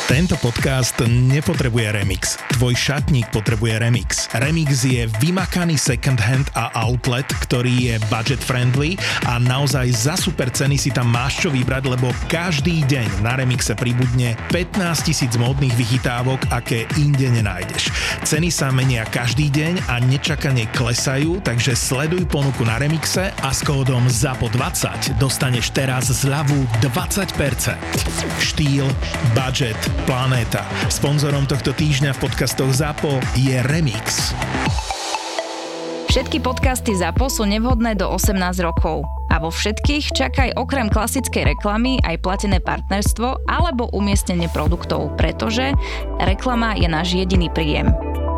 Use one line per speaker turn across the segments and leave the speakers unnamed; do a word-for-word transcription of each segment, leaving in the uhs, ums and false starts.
Tento podcast nepotrebuje remix. Tvoj šatník potrebuje remix. Remix je vymakaný second hand a outlet, ktorý je budget friendly a naozaj za super ceny si tam máš čo vybrať, lebo každý deň na Remixe pribudne pätnásť tisíc módnych vychytávok, aké inde nenájdeš. Ceny sa menia každý deň a nečakane klesajú, takže sleduj ponuku na Remixe a s kódom ZAPO dvadsať dostaneš teraz zľavu dvadsať percent. Štýl, budget, planéta. Sponzorom tohto týždňa v podcastoch ZAPO je Remix.
Všetky podcasty ZAPO sú nevhodné do osemnásť rokov. A vo všetkých čakaj okrem klasickej reklamy aj platené partnerstvo alebo umiestnenie produktov, pretože reklama je náš jediný príjem.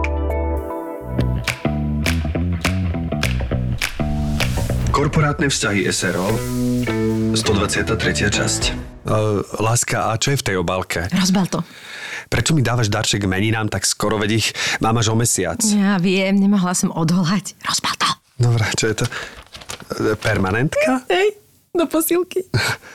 Korporátne vzťahy es er o, stodvadsiata tretia časť. Uh, láska, a čo je v tej obálke?
Rozbal to.
Prečo mi dávaš darček meninám tak skoro, veď ich mám až o mesiac?
Ja viem, nemohla som odholať. Rozbal to.
Dobre, čo je to? Permanentka?
Hej, do posílky.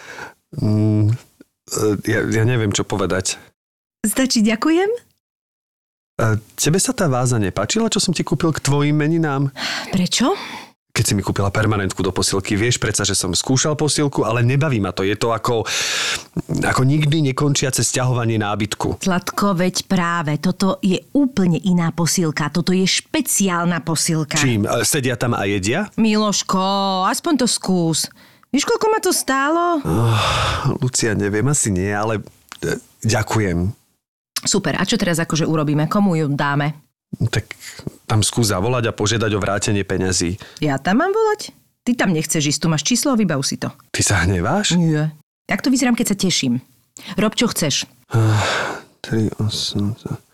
mm, ja, ja neviem, čo povedať.
Stačí ďakujem?
Uh, tebe sa tá váza nepáčila, čo som ti kúpil k tvojim meninám?
Prečo?
Keď si mi kúpila permanentku do posielky, vieš predsa, že som skúšal posielku, ale nebaví ma to. Je to ako, ako nikdy nekončiace sťahovanie nábytku.
Zlatko, veď práve, toto je úplne iná posielka. Toto je špeciálna posielka.
Čím? Sedia tam a jedia?
Miloško, aspoň to skús. Víš, koľko ma to stálo?
Oh, Lucia, neviem, asi nie, ale e, ďakujem.
Super, a čo teraz akože urobíme? Komu ju dáme?
Tak tam skús zavolať a požiadať o vrátenie peňazí.
Ja tam mám volať? Ty tam nechceš ísť, tu máš číslo, vybav si to.
Ty sa hneváš?
Nie. Tak to vyzerám, keď sa teším. Rob, čo chceš.
tri, osem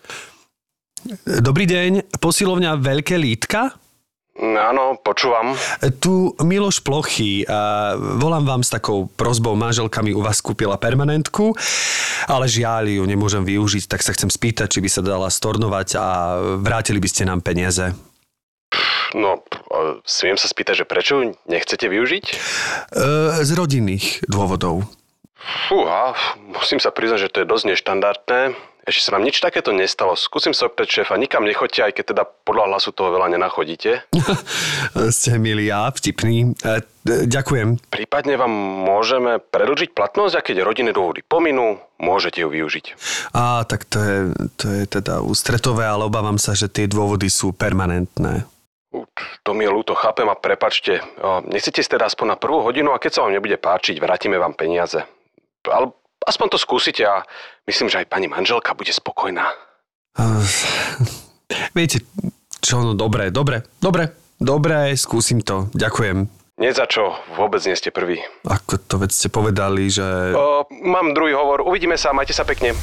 Dobrý deň, posilovňa Veľké Lítka?
Áno, počúvam.
Tu Miloš Plochý. A volám vám s takou prosbou. Manželka mi u vás kúpila permanentku, ale žiaľ ju nemôžem využiť, tak sa chcem spýtať, či by sa dala stornovať a vrátili by ste nám peniaze.
No, smiem sa spýtať, že prečo ju nechcete využiť?
E, z rodinných dôvodov.
Fúha, musím sa priznať, že to je dosť neštandardné. Ešte sa nám nič takéto nestalo. Skúsim sa opýtať šéfa, nikam nechoďte, aj keď teda podľa hlasu toho veľa nenachodíte.
Ste milí a vtipný. E, ďakujem.
Prípadne vám môžeme predĺžiť platnosť, a keď rodinné dôvody pominú, môžete ju využiť.
Á, tak to je, to je teda ústretové, ale obávam sa, že tie dôvody sú permanentné.
To mi je ľúto, chápem a prepačte. Nechcete si teda aspoň na prvú hodinu a keď sa vám nebude páčiť, vrátime vám peniaze. Ale aspoň to skúsite a myslím, že aj pani manželka bude spokojná.
Uh, viete, čo, no dobre, dobre, dobre, dobre, skúsim to, ďakujem.
Nie za čo, vôbec nie ste prvý.
Ako to veď ste povedali, že...
O, mám druhý hovor, uvidíme sa, majte sa pekne.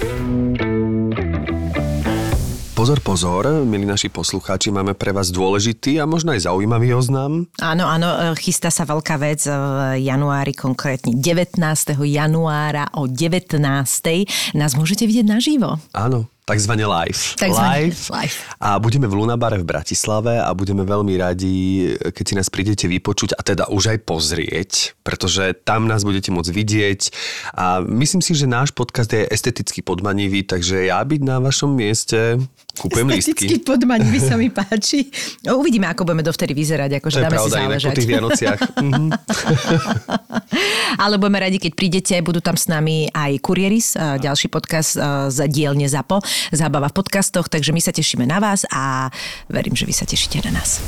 Pozor, pozor, milí naši poslucháči, máme pre vás dôležitý a možno aj zaujímavý oznám.
Áno, áno, chystá sa veľká vec v januári, konkrétne devätnásteho januára o devätnástej. Nás môžete vidieť naživo.
Áno. Takzvané live.
Takzvané
live.
live.
A budeme v Lunabare v Bratislave a budeme veľmi radi, keď si nás prídete vypočuť a teda už aj pozrieť, pretože tam nás budete môcť vidieť a myslím si, že náš podcast je esteticky podmanivý, takže ja byť na vašom mieste kúpujem lístky.
Esteticky podmanivý sa mi páči. No, uvidíme, ako budeme dovtedy vyzerať, akože dáme
pravda,
si záležať.
po tých Vianociach.
Ale budeme radi, keď prídete, budú tam s nami aj Kurieris, ďalší podcast z dielne ZAPO. Zábava v podcastoch, takže my sa tešíme na vás a verím, že vy sa tešíte na nás.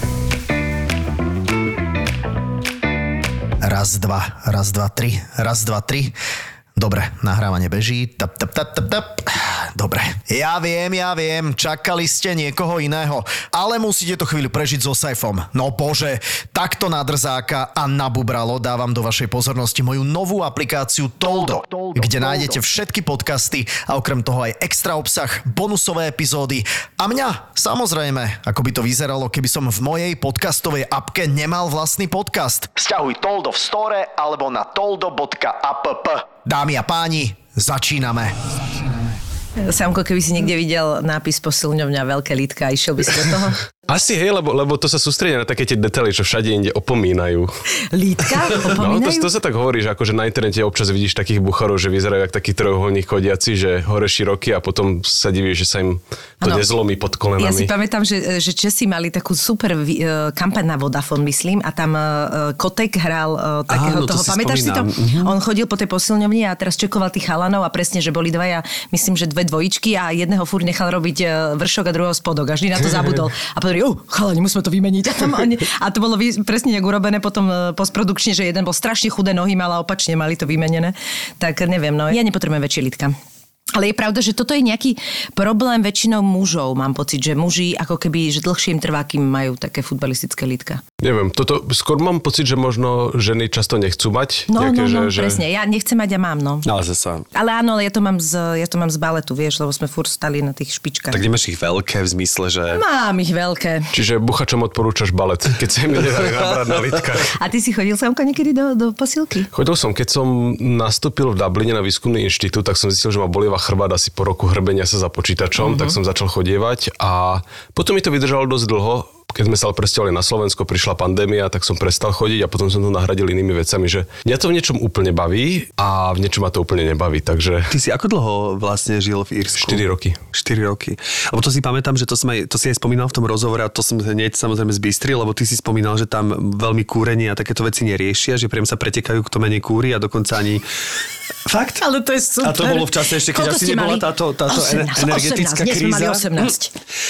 Raz, dva, raz, dva, tri, raz, dva, tri. Dobre, nahrávanie beží. Tap, tap, tap, tap, tap. Dobre. Ja viem, ja viem, čakali ste niekoho iného, ale musíte to chvíľu prežiť so Saifom. No bože, takto na drzáka a na bubralo dávam do vašej pozornosti moju novú aplikáciu Toldo, kde nájdete všetky podcasty a okrem toho aj extra obsah, bonusové epizódy a mňa, samozrejme, ako by to vyzeralo, keby som v mojej podcastovej appke nemal vlastný podcast. Sťahuj Toldo v store alebo na toldo bodka app. Dámy a páni, začíname.
Samko, keby si niekde videl nápis posilňovňa Veľké Lítka, išiel by si do toho?
Asi hej, lebo, lebo to sa sústredia na také tie detaily, čo všade inde opomínajú.
Lítka? Opomínajú?
No, to, to sa tak hovorí, že akože na internete občas vidíš takých bucharov, že vyzerajú ako taký trojuholník chodiaci, že hore široký a potom sa diví, že sa im to ano. nezlomí pod kolenami.
Ja si pamätám, že, že Česi mali takú super uh, kampaň na Vodafone, myslím, a tam uh, Kotek hral uh, takého Áno, toho, to pamätáš spomínam. si to? Mm-hmm. On chodil po tej posilňovni a teraz čekoval tých chalanov a presne, že boli dvaja, myslím, že dve dvojičky a jedného fúr nechal robiť uh, vršok a druhého spodok a vždy na to zabudol. A povedali, oh, chalani, musíme to vymeniť. A, tam oni, a to bolo presne nejak urobené potom postprodukčne, že jeden bol strašne chudé nohy, mal a opačne mali to vymenené. Tak neviem, no ja nepotrebujem väčšie lítka. Ale je pravda, že toto je nejaký problém väčšinou mužov, mám pocit, že muži ako keby, že dlhšie im trvá, kým majú také futbalistické lítka.
Neviem, toto skôr mám pocit, že možno ženy často nechcú mať.
No,
nejaké,
no, no,
že,
presne. Ja nechcem mať a mám, no.
Ale zasa.
Ale áno, ale ja to mám z, ja to mám z baletu, vieš, lebo sme furt stali na tých špičkách.
Tak nemáš ich veľké v zmysle, že...
Mám ich veľké.
Čiže buchačom odporúčaš balet, keď sa im nedali nabrať na lítkach.
A ty si chodil Samka niekedy do, do posilky?
Chodil som, keď som nastúpil v Dubline na výskumný inštitút, tak som zistil, že ma bolieva chrbát asi po roku hrbenia sa za počítačom, uh-huh. tak som začal chodievať a potom mi to vydržalo dosť dlho. Keď sme sa ale presťahovali na Slovensko, prišla pandémia, tak som prestal chodiť a potom som to nahradil inými vecami, že mňa to v niečom úplne baví a v niečom ma to úplne nebaví, takže...
Ty si ako dlho vlastne žil v Írsku?
štyri roky.
štyri roky. Lebo to si pamätám, že to, som aj, to si aj spomínal v tom rozhovore a to som hneď samozrejme zbystril, lebo ty si spomínal, že tam veľmi kúrenie a takéto veci neriešia, že priam sa pretekajú, kto menej kúri a dokonca ani... Fakt?
Ale to je super.
A to bolo v čase ešte, keď asi nebola táto, táto
osemnásť,
energetická
osemnásť,
kríza.
Mali osemnásť.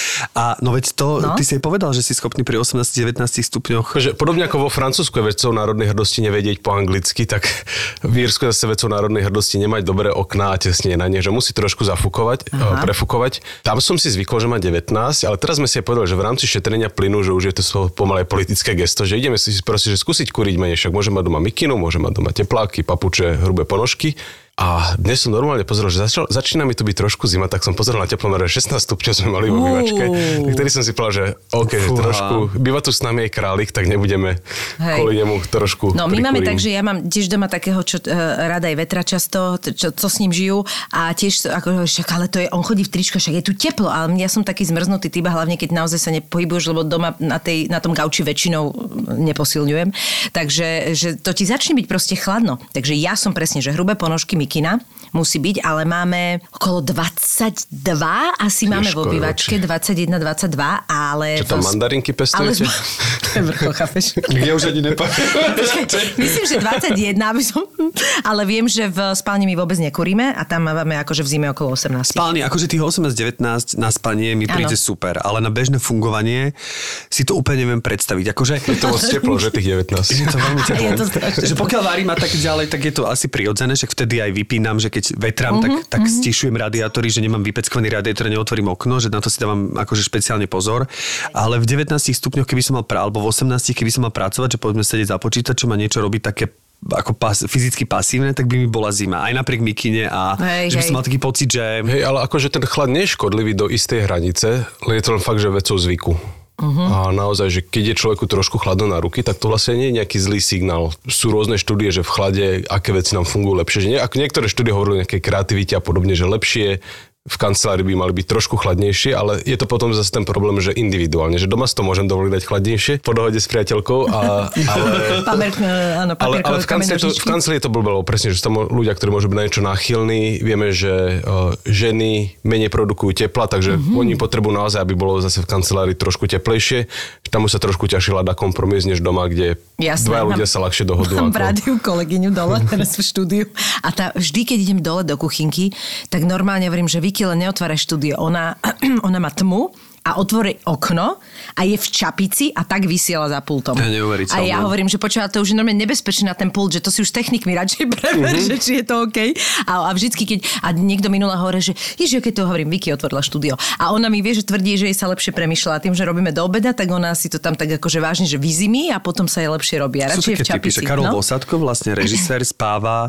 A no veď to,
no?
ty si aj povedal, že si schopný pri osemnásť devätnásť stupňoch.
Že podobne ako vo Francúzsku je vedcov národnej hrdosti nevedieť po anglicky, tak v Írsku zase vedcov národnej hrdosti nemať dobré okná a tesne na ne, že musí trošku zafúkovať, Aha. prefukovať. Tam som si zvykol, že má devätnásť, ale teraz sme si aj povedali, že v rámci šetrenia plynu, že už je to pomalé politické gesto, že ideme si proste, že skúsiť kúriť menej, však môžem mať doma mikinu, môžem mať doma tepláky, papuče, hrubé ponožky. A dnes som normálne pozeral, že začal, začína mi tu byť trošku zima, tak som pozeral na teplomere, šestnásť stupňov sme mali vo obývačke. Vtedy som si povedal, že OK, že trošku, býva tu s nami aj králik, tak nebudeme Hej. kvôli nemu trošku
No my
prikúrim.
máme tak, že ja mám tiež doma takého, čo uh, rada aj vetra často, čo, čo s ním žijú a tiež ako, však, ale to je, on chodí v tričko, však je tu teplo, ale ja som taký zmrznutý typ, hlavne keď naozaj sa nepohybuješ, lebo doma na, tej, na tom gauči väčšinou neposilňujem. Takže že to ti začne byť proste chladno. Takže ja som presne, že hrubé ponožky, mikina musí byť, ale máme okolo dvadsaťdva, asi máme v obývačke, dvadsaťjeden dvadsaťdva, ale...
Čo tam mandarinky pestujete?
Ale... To je vrchol, chápeš?
Ja už ani nepamätám.
Myslím, že dvadsaťjeden, aby som... ale viem, že v spálni my vôbec nekuríme a tam máme akože v zime okolo osemnásť.
Spálni, akože tých osemnásť devätnásť na spanie mi príde ano. super, ale na bežné fungovanie si to úplne neviem predstaviť. Akože...
Je to moc teplo, že tých devätnásť.
Je to veľmi teplo.
Je to
že pokiaľ varím a tak ďalej, tak je to asi prirodzené, však vtedy aj vypínam, že keď vetrám, uh-huh, tak, tak uh-huh. stišujem radiátory, že nemám vypeckovaný radiátor, neotvorím okno, že na to si dávam akože špeciálne pozor. Ale v devätnástich stupňoch, keby som mal pra, alebo v osemnástich, keby som mal pracovať, že povedzme sedieť za počítačom a niečo robiť také ako pas, fyzicky pasívne, tak by mi bola zima. Aj napriek mikine a hej, že by som mal taký pocit, že...
Hej, ale akože ten chlad nie je škodlivý do istej hranice, len je to len fakt, že vecou zvyku. Uh-huh. A naozaj, že keď je človeku trošku chladno na ruky, tak to vlastne nie je nejaký zlý signál. Sú rôzne štúdie, že v chlade aké veci nám fungujú lepšie. Že nie, ako niektoré štúdie hovorí o nejakej kreativite a podobne, že lepšie v kancelárii by mali byť trošku chladnejšie, ale je to potom zase ten problém, že individuálne, že doma si to môžem dovoliť dať chladnejšie po dohode s priateľkou, a, ale,
Pamer, áno,
ale, ale v kancelii to, v kancelii to blbelo, presne, že sú tam ľudia, ktorí môžu byť na niečo náchylní, vieme, že uh, ženy menej produkujú tepla, takže mm-hmm. oni potrebujú naozaj, aby bolo zase v kancelárii trošku teplejšie, tam už sa trošku ťažšie hľadá kompromis, než doma, kde Jasne, dvaja ľudia sa ľahšie dohodujú.
Mám v rádiu kolegyňu dole, teraz v štúdiu a tá, vždy, keď idem dole do kuchynky, tak normálne hovorím, že Vicky, len neotvára štúdio. Ona, ona má tmu a otvorí okno a je v čapici a tak vysiela za pultom.
Ja
a ja hovorím, že počúva, to už je normálne nebezpečné na ten pult, že to si už technikmi radšej prever, mm-hmm. že či je to OK. A, a vždycky, keď a niekto minula hovorí, že ježiš, keď to hovorím, Vicky otvorila štúdio. A ona mi vie, že tvrdí, že jej sa lepšie premýšľa. Tým, že robíme do obeda, tak ona si to tam tak akože vážne, že vyzimí a potom sa jej lepšie robí. A radšej v čapici.
Typy, že Karol no? Vosadko, vlastne režisér, spáva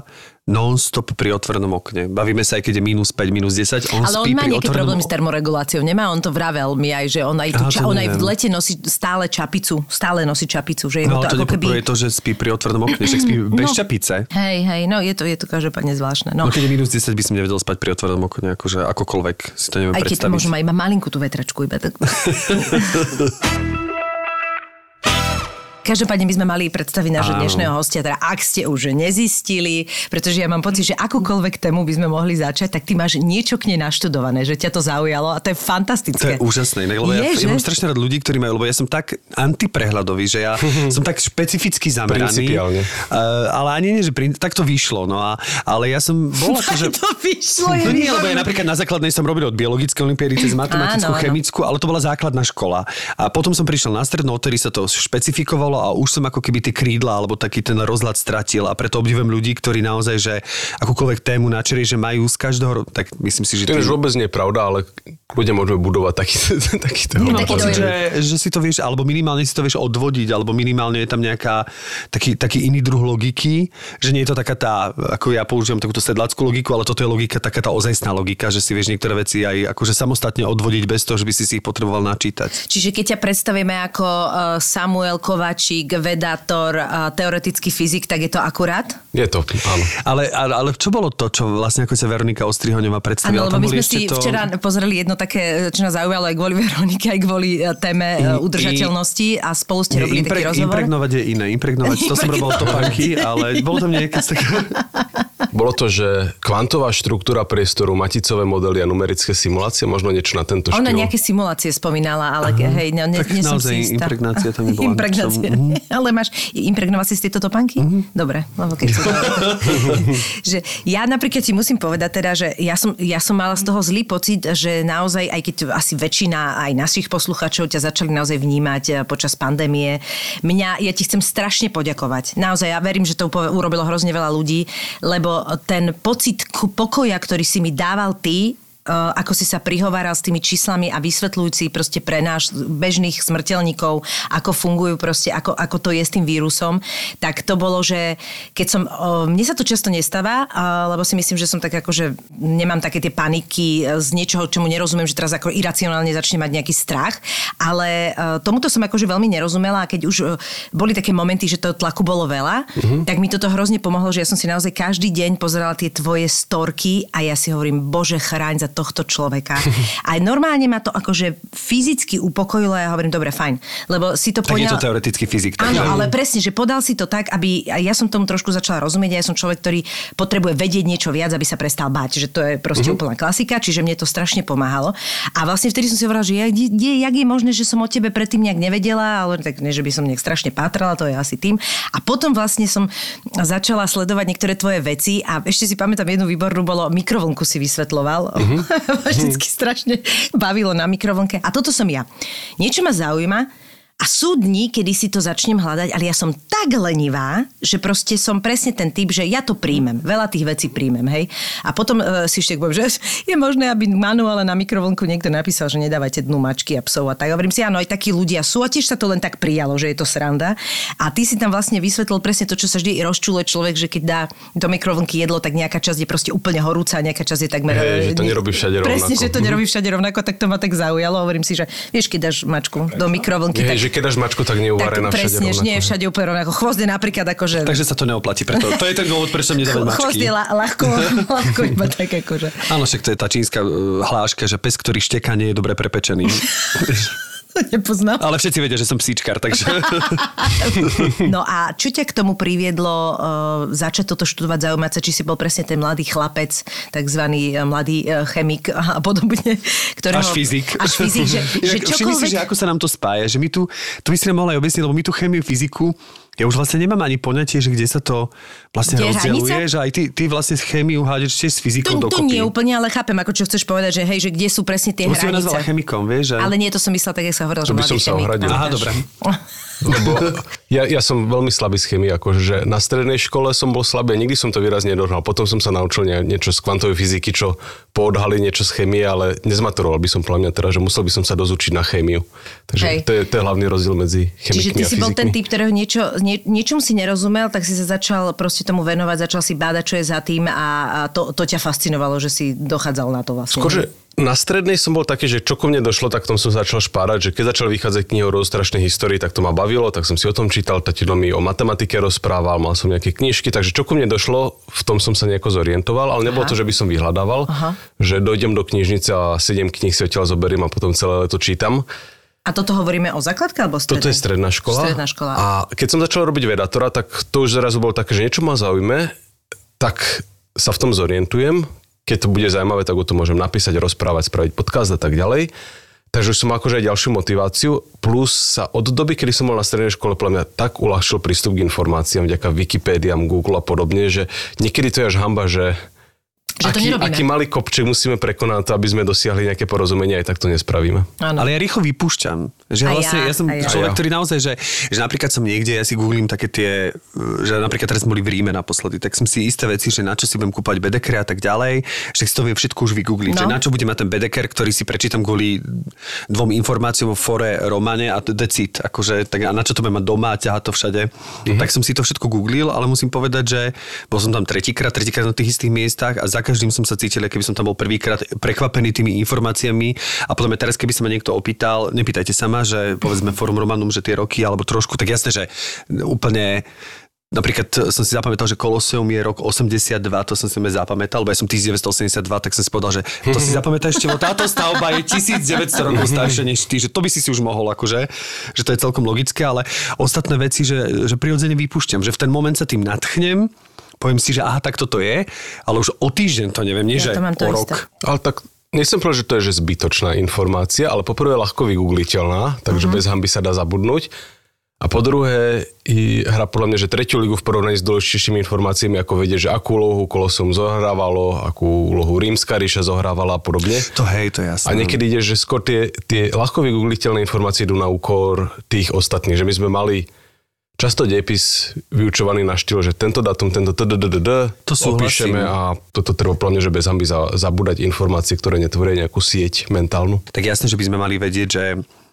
non-stop pri otvorenom okne. Bavíme sa aj keď je mínus päť, mínus desať. On
ale on
spí
má nejaké
otvorenom...
problémy s termoreguláciou. Nemá, on to vravel mi aj, že on aj, tu,
Aha,
ča, on aj v lete nosí stále čapicu. Stále nosí čapicu. Že je
no,
to,
to
ako keby...
to, že spí pri otvorenom okne, však spí bez no, čapice.
Hej, hej, no je to, je to každopádne zvláštne. No.
no keď je mínus desať, by som nevedel spať pri otvorenom okne, akože akokoľvek si to neviem
aj
predstaviť.
Aj keď možno má iba malinkú tú vetračku. Iba tak... Každopádne by sme mali predstaviť nášho dnešného hostia, teda ak ste už nezistili, pretože ja mám pocit, že akúkoľvek tému by sme mohli začať, tak ty máš niečo k nej naštudované, že ťa to zaujalo a to je fantastické.
To je úžasné, lebo je, ja, ja mám strašne rád ľudí, ktorí majú, lebo ja som tak antiprehľadový, že ja som tak špecificky zameraný.
Principiálne.
Uh, ale ani nie, že prin, tak to vyšlo, no a, ale ja som bol ako, že...
to vyšlo.
No nie, lebo ja napríklad na základnej som robil od biologické olympiády cez matematickú, áno, chemickú, ale to bola základná škola. A potom som prišiel na strednú, odtedy sa to špecifikovalo a už som ako keby tie krídla alebo taký ten rozhľad stratil a preto obdivujem ľudí, ktorí naozaj, že akúkoľvek tému načerí, že majú z každého, tak myslím si, že...
To už vôbec nie je pravda, ale ľudia môžeme budovať taký, takýto...
No, taký pocit, že, že si to vieš, alebo minimálne si to vieš odvodiť, alebo minimálne je tam nejaká taký, taký iný druh logiky, že nie je to taká tá, ako ja používam takúto sedláckú logiku, ale toto je logika, taká tá ozajstná logika, že si vieš niektoré veci aj akože samostatne odvodiť bez toho, že by si si ich potreboval načítať.
Čiže keď ťa predstavíme ako Samuel Kovačík, vedátor, teoretický fyzik, tak je to akurát?
Je to, áno.
Ale, ale, ale čo bolo to, čo vlastne ako sa Veronika Ostrihoňová predstavila?
Áno, lebo my sme si to... včera pozreli jedno také, čo nás zaujalo aj kvôli Veronike, aj kvôli téme I, udržateľnosti a spolu ste robili impre, taký rozhovor.
Impregnovať je iné. Impregnovať, to som robil topánky, ale bolo tam nejaké také...
Bolo to, že kvantová štruktúra priestoru, maticové modely a numerické simulácie, možno niečo na tento štýl.
Ona nejaké simulácie spomínala, ale Aha. hej, no, ne,
tak
nie som si istá.
Impregnácia tam nebola.
Impregnácia. Som... Ale máš, impregnovať si tieto topánky? Uh-huh. Dobre. Lebo keď to... že ja napríklad ti musím povedať teda, že ja som, ja som mala z toho zlý pocit, že naozaj, aj keď asi väčšina aj našich posluchačov ťa začali naozaj vnímať počas pandémie, mňa, ja ti chcem strašne poďakovať. Naozaj, ja verím, že to urobilo hrozne veľa ľudí, lebo ten pocit pokoja, ktorý si mi dával ty, ako si sa prihováral s tými číslami a vysvetľujúci proste pre náš bežných smrteľníkov, ako fungujú proste, ako, ako to je s tým vírusom, tak to bolo, že keď som, mne sa to často nestáva, lebo si myslím, že som tak ako, že nemám také tie paniky z niečoho, čomu nerozumiem, že teraz ako iracionálne začne mať nejaký strach, ale tomuto som akože veľmi nerozumela a keď už boli také momenty, že toho tlaku bolo veľa, mm-hmm. tak mi toto hrozne pomohlo, že ja som si naozaj každý deň pozerala tie tvoje storky a ja si hovorím, Bože, chráň za tohto človeka. A normálne ma to akože fyzicky upokojilo a ja hovorím, dobre, fajn. Lebo si to
tak
poňal...
je to teoretický fyzik.
Áno, takže... ale presne, že podal si to tak, aby... Ja som tomu trošku začala rozumieť a ja som človek, ktorý potrebuje vedieť niečo viac, aby sa prestal báť. Že to je proste uh-huh. úplná klasika, čiže mne to strašne pomáhalo. A vlastne vtedy som si hovorila, že jak, jak je možné, že som o tebe predtým nejak nevedela, ale tak nie, že by som nejak strašne pátrala, to je asi tým. A potom vlastne som začala sledovať niektoré tvoje veci a ešte si pamätám jednu výbornú, bolo mikrovlnku si vysvetľoval. Uh-huh. Vždycky strašne bavilo na mikrovlnke. A toto som ja. Niečo ma zaujíma a sú dni, kedy si to začnem hľadať, ale ja som tak lenivá, že proste som presne ten typ, že ja to príjmem. Veľa tých vecí príjmem, hej. A potom uh, si ešte poviem, že je možné, aby manuále na mikrovlnku niekto napísal, že nedávajte dnu mačky a psov a tak. Hovorím si, áno, aj takí ľudia sú a tiež sa to len tak prijalo, že je to sranda. A ty si tam vlastne vysvetlil presne to, čo sa vždy rozčuluje človek, že keď dá do mikrovlnky jedlo, tak nejaká časť je proste úplne horúca, nejaká časť je takmer...
Hej, že to nerobí všade rovnako.
Presne, že to nerobí všade rovnako, tak to ma tak zaujalo. Hovorím si, že vieš, keď dáš mačku do mikrovlnky,
tak že keď dáš mačku, tak neuvarená všade
presne,
rovnako.
nie je všade úplne rovnako. Chvost je napríklad akože...
Takže sa to neoplatí preto. To je ten dôvod, prečo sa nedávať mačky.
Chvost je ľahko, ľahko iba tak akože.
Áno, však to je tá čínska hláška, že pes, ktorý šteká, nie je dobre prepečený.
Nepoznám.
Ale všetci vedia, že som psíčkar, takže...
No a čo ťa k tomu priviedlo uh, začať toto študovať, zaujímať sa, či si bol presne ten mladý chlapec, takzvaný uh, mladý uh, chemik a podobne, ktorého...
Až fyzik.
Až fyzik, že, že čokoľvek...
Všimni si, že ako sa nám to spája, že my tu, tu by si nám mohla aj objasniť, lebo my tu chemiu, fyziku, ja už vlastne nemám ani poňatie, že kde sa to vlastne rozdeľuje, že aj ty, ty vlastne chémiu hádeš tiež s fyzikou
to,
dokopy.
To nie úplne, ale chápem, ako čo chceš povedať, že hej, že kde sú presne tie
Musím
hranice.
Musím ho nazvala chemikom, vieš? Že...
Ale nie, to som myslela tak, jak sa hovoril,
to
že
by som sa ohradil.
Aha, dobre.
Lebo ja, ja som veľmi slabý z chemie, akože že na strednej škole som bol slabý a nikdy som to výrazne nedohnal. Potom som sa naučil nie, niečo z kvantovej fyziky, čo poodhalí niečo z chémie, ale nezmaturoval by som podľa mňa teraz, že musel by som sa dozučiť na chémiu. Takže to je, to je hlavný rozdiel medzi chemikmi a fyzikmi.
Čiže ty si bol ten typ, ktorého niečo, nie, niečom si nerozumel, tak si sa začal proste tomu venovať, začal si bádať, čo je za tým a, a to, to ťa fascinovalo, že si dochádzal na to vlastne.
Skôr, že na strednej som bol taký, že čo ku mne došlo, tak tom som začal špárať, že keď začal vychádzať knihy o rozstrašnej histórii, tak to ma bavilo, tak som si o tom čítal, tatino mi o matematike rozprával, mal som nejaké knižky, takže čo ku mne došlo, v tom som sa nejako zorientoval, ale nebolo Aha. to, že by som vyhľadával, Aha. že dojdem do knižnice a sedem kníh si odtiaľ zoberiem a potom celé leto čítam.
A toto hovoríme o základke alebo strednej?
Toto je stredná škola.
Stredná škola.
A keď som začal robiť vedátora, tak to už zrazu bolo také, že niečo ma zaujme, tak sa v tom zorientujem. Keď to bude zaujímavé, tak o to môžem napísať, rozprávať, spraviť podcast a tak ďalej. Takže už som akože aj ďalšiu motiváciu. Plus sa od doby, kedy som bol na strednej škole, podľa mňa tak uľahčil prístup k informáciám vďaka Wikipédiám, Google a podobne, že niekedy to je až hanba, že Aký, aký malý kopček musíme prekonať to, aby sme dosiahli nejaké porozumenie, aj tak to nespravíme.
Ano. Ale ja rýchlo vypúšťam. Že vlastne, ja, ja som ja. človek, ktorý naozaj, že, že napríklad som niekde, ja si googlím také tie, že napríklad teraz boli v Ríme naposledy, tak som si isté veci, že na čo si budem kúpať Bedeker a tak ďalej, že si to viem všetko už vygoogliť. No. Že na čo bude mať ten Bedeker, ktorý si prečítam kvôli dvom informáciám o fore Romane a decit. Akože, tak a na čo to budem mať doma a ťahať to všade. Mhm. Tak som si to všetko googlil, ale musím povedať, že bol som tam tretíkrát, tretíkrát na tých istých miestach a za každým som sa cítil, keby som tam bol prvýkrát prekvapený tými informáciami a potom teraz, keby sa ma niekto opýtal, nepýtajte sa ma, že povedzme Forum Romanum, že tie roky alebo trošku, tak jasné, že úplne napríklad som si zapamätal, že Koloseum je rok osemdesiatdva, to som si zapamätal, lebo ja som devätnásťstoosemdesiatdva, tak som si povedal, že to si zapamätáš, ešte, táto stavba je tisícdeväťsto rokov staršia než ty, že to by si si už mohol, akože, že to je celkom logické, ale ostatné veci, že, že prirodzene vypúšťam, že v ten moment sa tým nadchnem, poviem si, že aha, tak toto je, ale už o týždeň to neviem, nie ja že o rok. Isté.
Ale tak nechcem povedať, že to je že zbytočná informácia, ale poprvé ľahko vygoogliteľná, takže uh-huh. bez hanby sa dá zabudnúť. A po druhé, hra podľa mňa, že tretiu ligu v porovnaní s dôležitejšími informáciami, ako vedieť, že akú úlohu Koloseum zohrávalo, akú úlohu Rímska ríša zohrávala a podobne.
To hej, to je jasné.
A niekedy ide, že skôr tie, tie ľahko vygoogliteľné informácie idú na úkor tých ostatných, že my sme mali často dejepis vyučovaný na štýl, že tento datum, tento tdddd opíšeme a toto treba plne, že bez hanby zabúdať informácie, ktoré netvoria nejakú sieť mentálnu.
Tak jasné, že by sme mali vedieť, že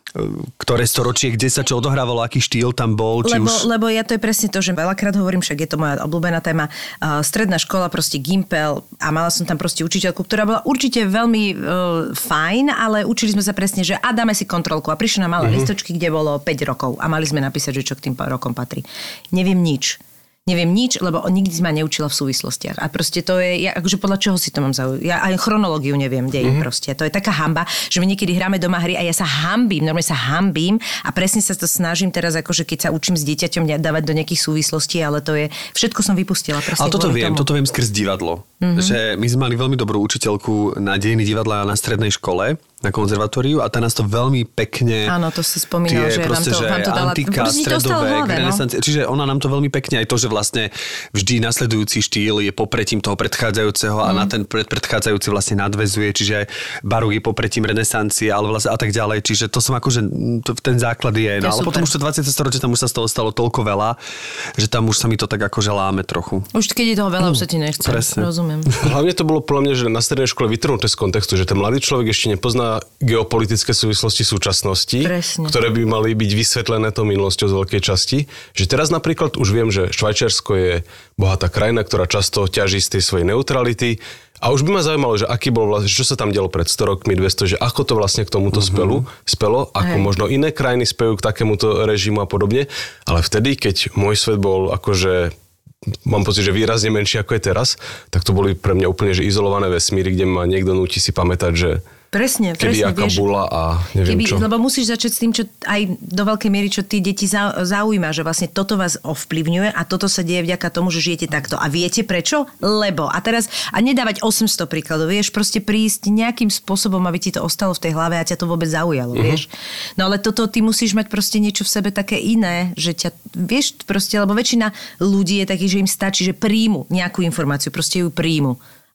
ktoré storočie, kde sa čo odohrávalo, aký štýl tam bol. Či
lebo,
už...
lebo ja to je presne to, že veľakrát hovorím, však je to moja obľúbená téma, uh, stredná škola, proste Gimpel a mala som tam proste učiteľku, ktorá bola určite veľmi uh, fajn, ale učili sme sa presne, že a dáme si kontrolku a prišla nám malé mm-hmm. listočky, kde bolo päť rokov a mali sme napísať, že čo k tým rokom patrí. Neviem nič. Neviem nič, lebo nikdy ma neučila v súvislostiach. A proste to je, ja, akože podľa čoho si to mám zaujímať. Ja aj chronológiu neviem, dejín mm-hmm. proste. To je taká hanba, že my niekedy hráme doma hry a ja sa hanbím, normálne sa hanbím a presne sa to snažím teraz, akože keď sa učím s dieťaťom dávať do nejakých súvislostí, ale to je, všetko som vypustila.
Ale toto viem, tomu. toto viem skrz divadlo. Mm-hmm. Že my sme mali veľmi dobrú učiteľku na dejiny divadla na strednej škole, na konzervatóriu a tá nás to veľmi pekne...
Áno, to si spomínal,
tie,
že
proste,
vám to, vám to dala...
Antika, stredovek,
hlave,
renesancia. No? Čiže ona nám to veľmi pekne, aj to, že vlastne vždy nasledujúci štýl je popretím toho predchádzajúceho mm. a na ten pred, predchádzajúci vlastne nadväzuje, čiže barok je popretím renesancie, ale vlastne a tak ďalej. Čiže to som akože, to, ten základ je, no, ale super. Potom už to dvadsiate storočie, tam už sa z toho stalo toľko veľa, že tam už sa mi to tak akože láme trochu.
Už keď je toho veľa, mm. už sa ti nechce.
Presne.
Rozumiem.
Hlavne to bolo podľa mňa, že na strednej škole vytrhnuté z kontextu, že ten mladý človek ešte nepozná geopolitické súvislosti súčasnosti, Presne. ktoré by mali byť vysvetlené tou minulosťou z veľkej časti. Že teraz napríklad už viem, že Švajčiarsko je bohatá krajina, ktorá často ťaží z tej svojej neutrality. A už by ma zaujímalo, že aký bol vlastne, čo sa tam dialo pred sto rokmi, dvesto, že ako to vlastne k tomuto uh-huh. spelu, spelo, ako Hej. možno iné krajiny spejú k takémuto režimu a podobne. Ale vtedy, keď môj svet bol akože mám pocit, že výrazne menší ako je teraz, tak to boli pre mňa úplne že izolované vesmíry, kde ma niekto núti si pamätať, že
Presne,
kedy
presne,
aká
vieš,
bula a neviem
keby,
čo.
Lebo musíš začať s tým, čo aj do veľkej miery, čo tí deti zaujíma, že vlastne toto vás ovplyvňuje a toto sa deje vďaka tomu, že žijete takto. A viete prečo? Lebo. A teraz, a nedávať osemsto príkladov, vieš, proste prísť nejakým spôsobom, aby ti to ostalo v tej hlave a ťa to vôbec zaujalo, uh-huh. vieš. No ale toto ty musíš mať proste niečo v sebe také iné, že ťa, vieš, proste, lebo väčšina ľudí je takých, že im stačí, že príjmu nejakú informáciu, proste ju príjmu. A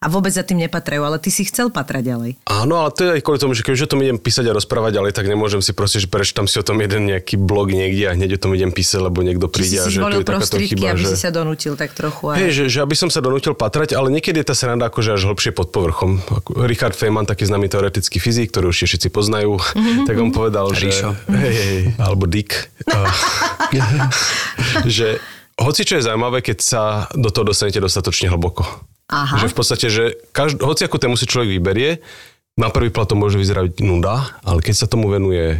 a vôbec za tým nepatrajú, ale ty si chcel patrať ďalej.
Áno, ale to je aj kvôli tomu, že keďže o tom idem písať a rozprávať ďalej, tak nemôžem si proste, že prečítam si o tom jeden nejaký blog niekde a hneď o tom idem písať, lebo niekto príde a že tu je takáto chyba,
aby
že...
si sa donútil tak trochu. Aj...
Hej, že, že aby som sa donútil patrať, ale niekedy je tá sranda akože až hlbšie pod povrchom. Richard Feynman, taký známy teoretický fyzik, ktorý už všetci poznajú, mm-hmm. tak on povedal, že... Hej, hej, alebo Dick. že hoci čo je zaujímavé, keď sa do toho dostanete dostatočne hlboko. Aha. Že v podstate, že každ- hoci akú tému si človek vyberie, na prvý pohľad to môže vyzerať nuda, ale keď sa tomu venuje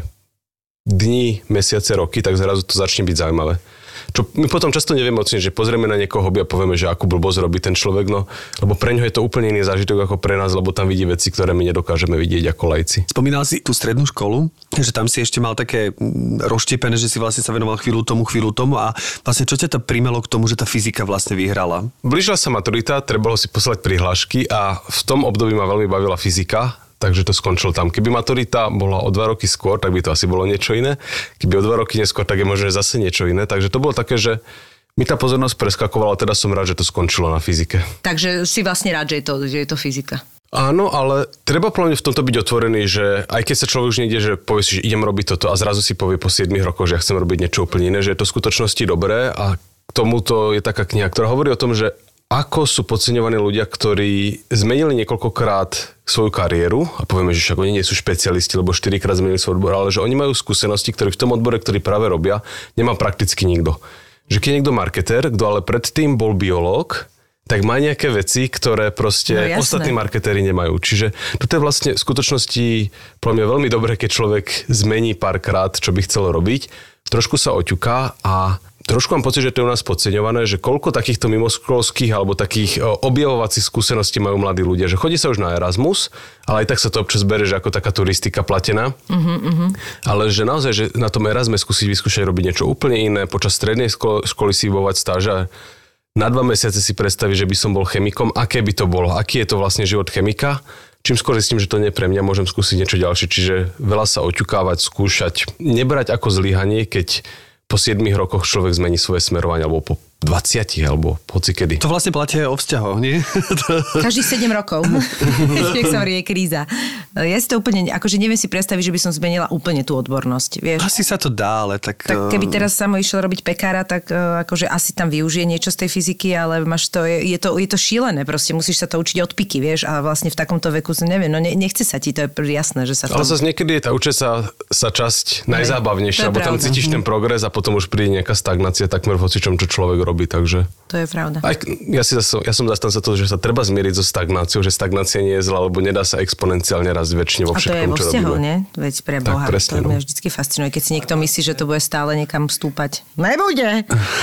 dni, mesiace, roky, tak zrazu to začne byť zaujímavé. Čo my potom často nevieme oceniť, že pozrieme na niekoho hobby a povieme, že akú blbosť robí ten človek, no, lebo pre ňo je to úplne iný zážitok ako pre nás, lebo tam vidí veci, ktoré my nedokážeme vidieť ako lajci.
Spomínal si tú strednú školu, že tam si ešte mal také rozštiepené, že si vlastne sa venoval chvíľu tomu, chvíľu tomu a vlastne čo ťa to primelo k tomu, že tá fyzika vlastne vyhrala?
Blížila sa maturita, trebalo si poslať prihlášky a v tom období ma veľmi bavila fyzika. Takže to skončilo tam. Keby maturita bola o dva roky skôr, tak by to asi bolo niečo iné. Keby o dva roky neskôr, tak je možné zase niečo iné. Takže to bolo také, že mi tá pozornosť preskakovala, teda som rád, že to skončilo na fyzike.
Takže si vlastne rád, že je to, že je to fyzika.
Áno, ale treba plne v tomto byť otvorený, že aj keď sa človek už niekde, že povie si, že idem robiť toto a zrazu si povie po siedmich rokoch, že ja chcem robiť niečo úplne iné, že je to v skutočnosti dobré a k tomuto je taká kniha, ktorá hovorí o tom, že ako sú podceňovaní ľudia, ktorí zmenili niekoľkokrát svoju kariéru a povieme, že však oni nie sú špecialisti, lebo štyrikrát zmenili svoj odbor, ale že oni majú skúsenosti, ktoré v tom odbore, ktorý práve robia, nemá prakticky nikto. Že keď je niekto marketér, kto ale predtým bol biológ, tak má nejaké veci, ktoré proste no, ostatní marketéri nemajú. Čiže toto je vlastne v skutočnosti pre mňa veľmi dobré, keď človek zmení párkrát, čo by chcel robiť, trošku sa oťuká a trošku mám pocit, že to je u nás podceňované, že koľko takýchto mimoškolských alebo takých objavovacích skúseností majú mladí ľudia. Že chodí sa už na Erasmus, ale aj tak sa to občas bere, že ako taká turistika platená. Uh-huh, uh-huh. Ale že naozaj, že na tom Erasme skúsiť vyskúšať robiť niečo úplne iné, počas strednej ško- školy si vybovať stáža, na dva mesiace si predstaviť, že by som bol chemikom, aké by to bolo, aký je to vlastne život chemika. Čím skôr zistím, že to nie je pre mňa, môžem skúsiť niečo ďalšie. Čiže veľa sa oťukávať, skúšať, nebrať ako zlyhanie, keď po siedmich rokoch človek zmení svoje smerovanie, alebo po dvadsiatich, alebo hocikedy.
To vlastne platí aj o vzťahoch, nie?
Každý sedem rokov. Nech sa hovorí, je kríza. Ja si to úplne, akože neviem si predstaviť, že by som zmenila úplne tú odbornosť, vieš.
Asi sa to dá, ale tak...
Tak keby teraz Samo išiel robiť pekára, tak akože asi tam využije niečo z tej fyziky, ale máš to, je, je to, je to šílené, proste musíš sa to učiť od piky, vieš, a vlastne v takomto veku, neviem, no ne, nechce sa ti, to je jasné, že sa
ale
tom...
zase niekedy je tá učiť sa, sa časť najzábavnejšia, lebo tam cítiš ten progres a potom už príde nejaká stagnácia takmer v hocičom, čo človek robí, takže...
To je pravda.
Aj, ja, si zase, ja som zastanca toho, že sa treba zmieriť so stagnáciou, že stagnácia nie je zlá, lebo nedá sa exponenciálne rásť väčšine vo všetkom, čo robíme. A to je vo vzťahu, nie? Veď pre Boha, presne, to mňa no. vždycky fascinuje, keď si niekto myslí, že to bude stále niekam stúpať. Nebude!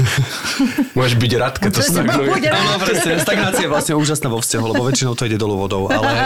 Môžeš byť rád, keď to stagnuje.
Áno, presne, stagnácia je vlastne úžasná vo vzťahu, lebo väčšinou to ide dolu vodou, ale...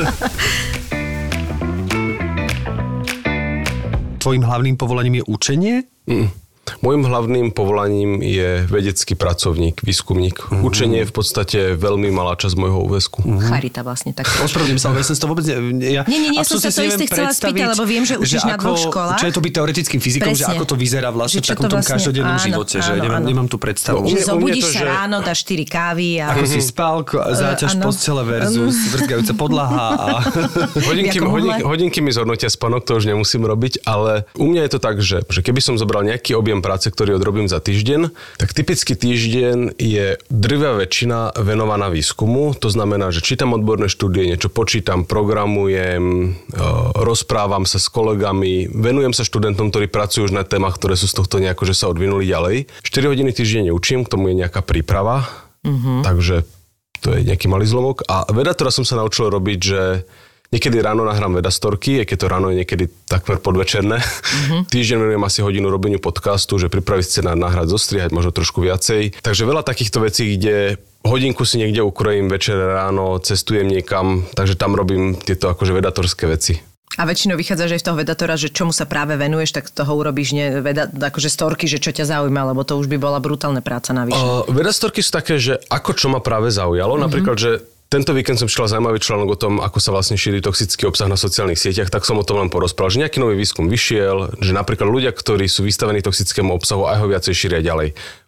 Tvojím hlavným povolaním je učenie?
Mm. Môjim hlavným povolaním je vedecký pracovník, výskumník. Uh-huh. Učenie je v podstate veľmi malá časť môjho úväzku.
Uh-huh. Charita vlastne tak.
Ospravedlňujem sa, ale ja som to vôbec... Ja
nie, nie, nie, som sa to isté chcela spýtať, lebo viem, že učíš na dvoch školách.
Čo je to byť teoretickým fyzikom, presne. Že ako to vyzerá vlastne v takom tom vlastne, každodennom áno, živote, áno, že nemám, nemám tú predstavu.
No, že zobudíš sa že... ráno, dáš štyri kávy a...
Ako si spal, záťaž postele versus vrzgajúca podlaha a...
hodinky, hodinky, hodinky mi zhodnotia spánok, to už nemusím robiť, ale u mňa je to tak, že, že keby som zobral nejaký objem práce, ktorý odrobím za týždeň, tak typický týždeň je drvivá väčšina venovaná výskumu. To znamená, že čítam odborné štúdie, niečo počítam, programujem, rozprávam sa s kolegami, venujem sa študentom, ktorí pracujú už na témach, ktoré sú z tohto nejako, že sa odvinuli ďalej. štyri hodiny týždenne učím, k tomu je nejaká príprava, uh-huh. takže to je nejaký malý zlomok. A veda, ktorá som sa naučil robiť, že niekedy ráno nahrám vedastorky, aj keď to ráno je niekedy takmer podvečerné. Mm-hmm. Týždeň venujem asi hodinu robeniu podcastu, že pripraviť scenár, nahrať, zostrihať, možno trošku viacej. Takže veľa takýchto vecí, kde hodinku si niekde ukrojím, večer, ráno, cestujem niekam, takže tam robím tieto akože vedatorské veci.
A väčšinou vychádza, že z toho vedatora, že čomu sa práve venuješ, tak toho urobíš ne, veda, akože storky, že čo ťa zaujíma, lebo to už by bola brutálna práca navyše. Uh,
vedastorky sú také, že ako čo ma práve zaujalo, mm-hmm. napríklad, že tento víkend som čítal zaujímavý článok o tom, ako sa vlastne šíri toxický obsah na sociálnych sieťach, tak som o tom len porozprával, že nejaký nový výskum vyšiel, že napríklad ľudia, ktorí sú vystavení toxickému obsahu, aj ho viacej šíria ďalej.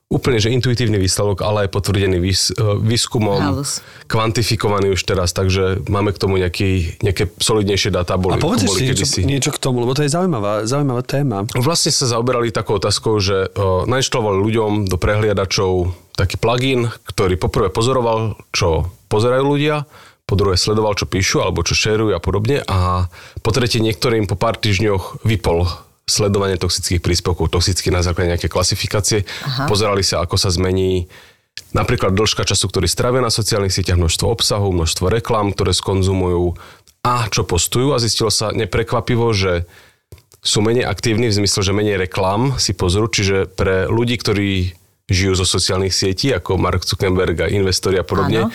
úplne, že intuitívny výsledok, ale aj potvrdený výs, výskumom,
Halus.
Kvantifikovaný už teraz, takže máme k tomu nejaký, nejaké solidnejšie dáta. Boli,
a povedz
boli
ešte niečo, niečo k tomu, lebo to je zaujímavá, zaujímavá téma.
Vlastne sa zaoberali takou otázkou, že uh, nainštalovali ľuďom do prehliadačov taký plugin, ktorý poprvé pozoroval, čo pozerajú ľudia, po druhé sledoval, čo píšu, alebo čo šerujú a podobne, a po tretie niektorým po pár týždňoch vypol sledovanie toxických príspevkov, toxických na základe nejaké klasifikácie. Aha. Pozerali sa, ako sa zmení napríklad dĺžka času, ktorý strávia na sociálnych sieťach, množstvo obsahu, množstvo reklám, ktoré skonzumujú a čo postujú. A zistilo sa neprekvapivo, že sú menej aktívni v zmysle, že menej reklám si pozrú. Čiže pre ľudí, ktorí žijú zo sociálnych sietí, ako Mark Zuckerberg a investori a podobne, áno,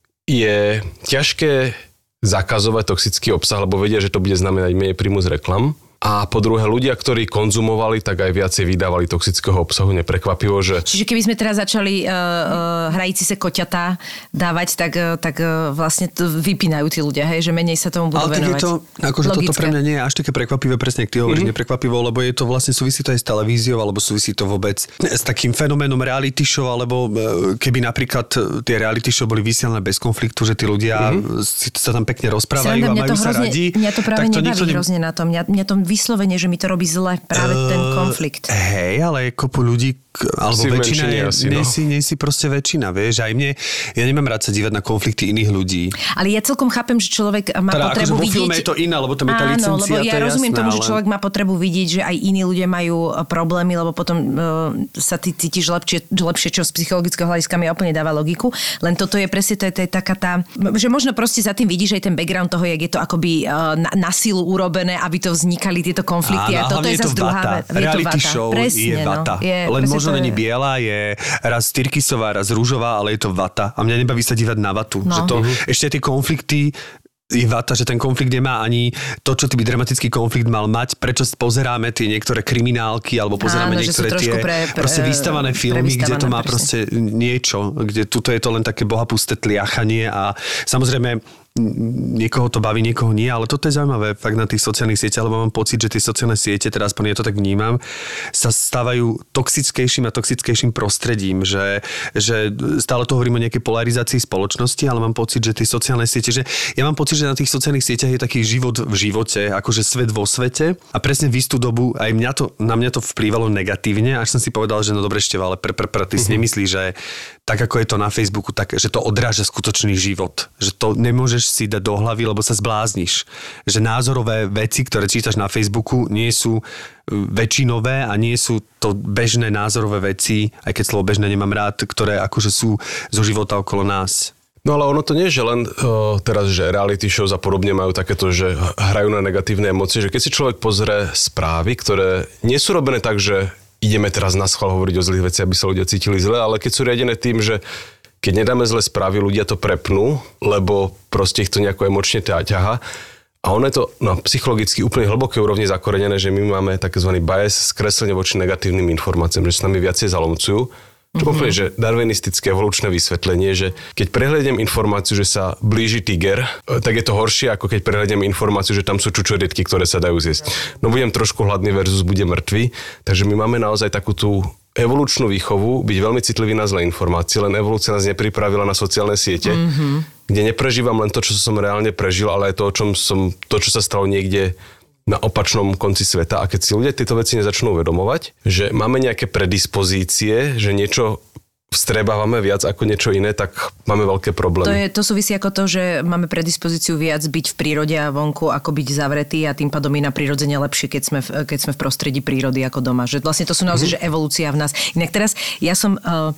je ťažké zakazovať toxický obsah, lebo vedia, že to bude znamenať menej príjmu z reklam. A po druhé, ľudia, ktorí konzumovali, tak aj viacej vydávali toxického obsahu, neprekvapivo, že...
Čiže keby sme teraz začali uh, uh, hrajíci sa koťatá dávať, tak, uh, tak uh, vlastne to vypínajú tí ľudia, hej, že menej sa tomu budú
ale
venovať.
Ale to, akože toto pre mňa nie je až také prekvapivé, presne ak ty hovoríš, mm-hmm. neprekvapivo, lebo je to vlastne súvisí to aj s televíziou, alebo súvisí to vôbec s takým fenoménom reality show, alebo keby napríklad tie reality show boli vysielané bez konfliktu, že tí ľudia mm-hmm. si sa tam pekne rozprávajú a majú sa radi.
Mňa to práve nebaví hrozne na tom. Mňa, mňa to vyslovene, že mi to robí zle, práve uh, ten konflikt.
Hej, ale je kopu ľudí, alebo si väčšina, nie, asi, no. nie, si, nie si proste väčšina, vieš, aj mne, ja nemám rád sa dívať na konflikty iných ľudí.
Ale ja celkom chápem, že človek má
teda,
potrebu
akože
vidieť...
vo filme je to iné, lebo tam je tá licencia,
áno, lebo ja
to
rozumiem
jasné,
tomu,
ale...
že človek má potrebu vidieť, že aj iní ľudia majú problémy, lebo potom uh, sa ty cítiš lepšie, lepšie, čo z psychologického hľadiska mi úplne dáva logiku. Len toto je presne to je, to je taká tá, že možno proste za tým vidíš aj ten background toho, jak je to akoby uh, na, na silu urobené, aby to vznikali tieto konflikty.
Áno, a toto je zase druhá vec. Reality show je vata. Len možno není biela, je raz tyrkysová, raz rúžová, ale je to vata. A mňa nebaví sa dívať na vatu. No. Že to, mm-hmm. ešte tie konflikty je vata, že ten konflikt nemá ani to, čo by dramatický konflikt mal mať. Prečo pozeráme tie niektoré kriminálky, alebo pozeráme áno, niektoré tie pre, pre, proste vystavané filmy, kde to má presne. Proste niečo, kde tuto je to len také bohapusté tliachanie a samozrejme niekoho to baví, niekoho nie, ale toto je zaujímavé fakt na tých sociálnych sieťach, lebo mám pocit, že tie sociálne siete, teda aspoň ja to tak vnímam, sa stávajú toxickejším a toxickejším prostredím, že, že stále to hovorím o nejakej polarizácii spoločnosti, ale mám pocit, že tie sociálne siete, že ja mám pocit, že na tých sociálnych sieťach je taký život v živote, akože svet vo svete a presne v istú dobu aj mňa to, na mňa to vplývalo negatívne, až som si povedal, že no dobre ešte, ale pr, pr, pr, ty si nemyslíš, že tak ako je to na Facebooku, tak, že to odráža skutočný život, že to nemôžeš si dať do hlavy, lebo sa zblázniš. Že názorové veci, ktoré čítaš na Facebooku, nie sú väčšinové a nie sú to bežné názorové veci, aj keď slovo bežné nemám rád, ktoré akože sú zo života okolo nás.
No ale ono to nie je, že len uh, teraz, že reality shows a podobne majú takéto, že hrajú na negatívne emócie, že keď si človek pozrie správy, ktoré nie sú robené tak, že ideme teraz na schvál hovoriť o zlých veciach, aby sa ľudia cítili zle, ale keď sú riadené tým, že keď nedáme zlé správy, ľudia to prepnú, lebo proste ich to nejako emočne ťaha. A ono je to na psychologicky úplne hlboké úrovni zakorenené, že my máme takzvaný bias, skreslenie voči negatívnym informáciám, že sa nami viacej zalomcujú. Čo mm-hmm. úplne, že darwinistické evolučné vysvetlenie, že keď prehľadnem informáciu, že sa blíži tiger, tak je to horšie, ako keď prehľadnem informáciu, že tam sú čučoriedky, ktoré sa dajú zjesť. No budem trošku hladný versus budem mŕtvy, takže my máme naozaj takú tú evolučnú výchovu, byť veľmi citlivý na zlé informácie, len evolúcia nás nepripravila na sociálne siete, mm-hmm. kde neprežívam len to, čo som reálne prežil, ale aj to, o čom som, to, čo sa stalo niekde na opačnom konci sveta. A keď si ľudia tieto veci nezačnú uvedomovať, že máme nejaké predispozície, že niečo vstrebávame viac ako niečo iné, tak máme veľké problémy.
To, je, to súvisí ako to, že máme predispozíciu viac byť v prírode a vonku, ako byť zavretý a tým pádom je na prírodzene lepšie, keď sme, v, keď sme v prostredí prírody ako doma. Že vlastne to sú naozaj, mm. že evolúcia v nás. Inak teraz ja som, uh,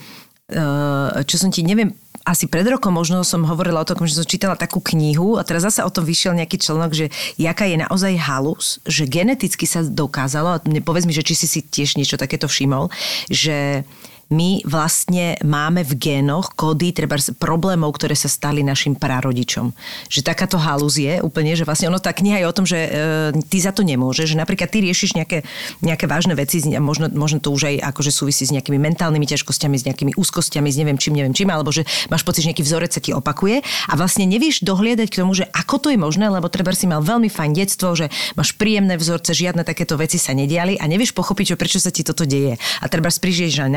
uh, čo som ti, neviem, asi pred rokom možno som hovorila o tom, že som čítala takú knihu a teraz zase o tom vyšiel nejaký článok, že jaká je naozaj halus, že geneticky sa dokázalo, a povedz mi, že či si si tiež niečo takéto všimol, že my vlastne máme v génoch kódy treba problémov, ktoré sa stali našim prarodičom. Že takáto halúz je úplne, že vlastne ono, tá kniha je o tom, že e, ty za to nemôžeš, že napríklad ty riešiš nejaké, nejaké vážne veci, možno, možno to už aj akože súvisí s nejakými mentálnymi ťažkosťami, s nejakými úzkosťami, s neviem čím, neviem čím, alebo že máš pocit, že nejaký vzorec sa ti opakuje a vlastne nevieš dohliadať k tomu, že ako to je možné, lebo treba si mal veľmi fajn detstvo, že máš príjemné vzorce, žiadne takéto veci sa nediali a nevieš pochopiť, že prečo sa ti toto deje. A treba prídeš na terapiu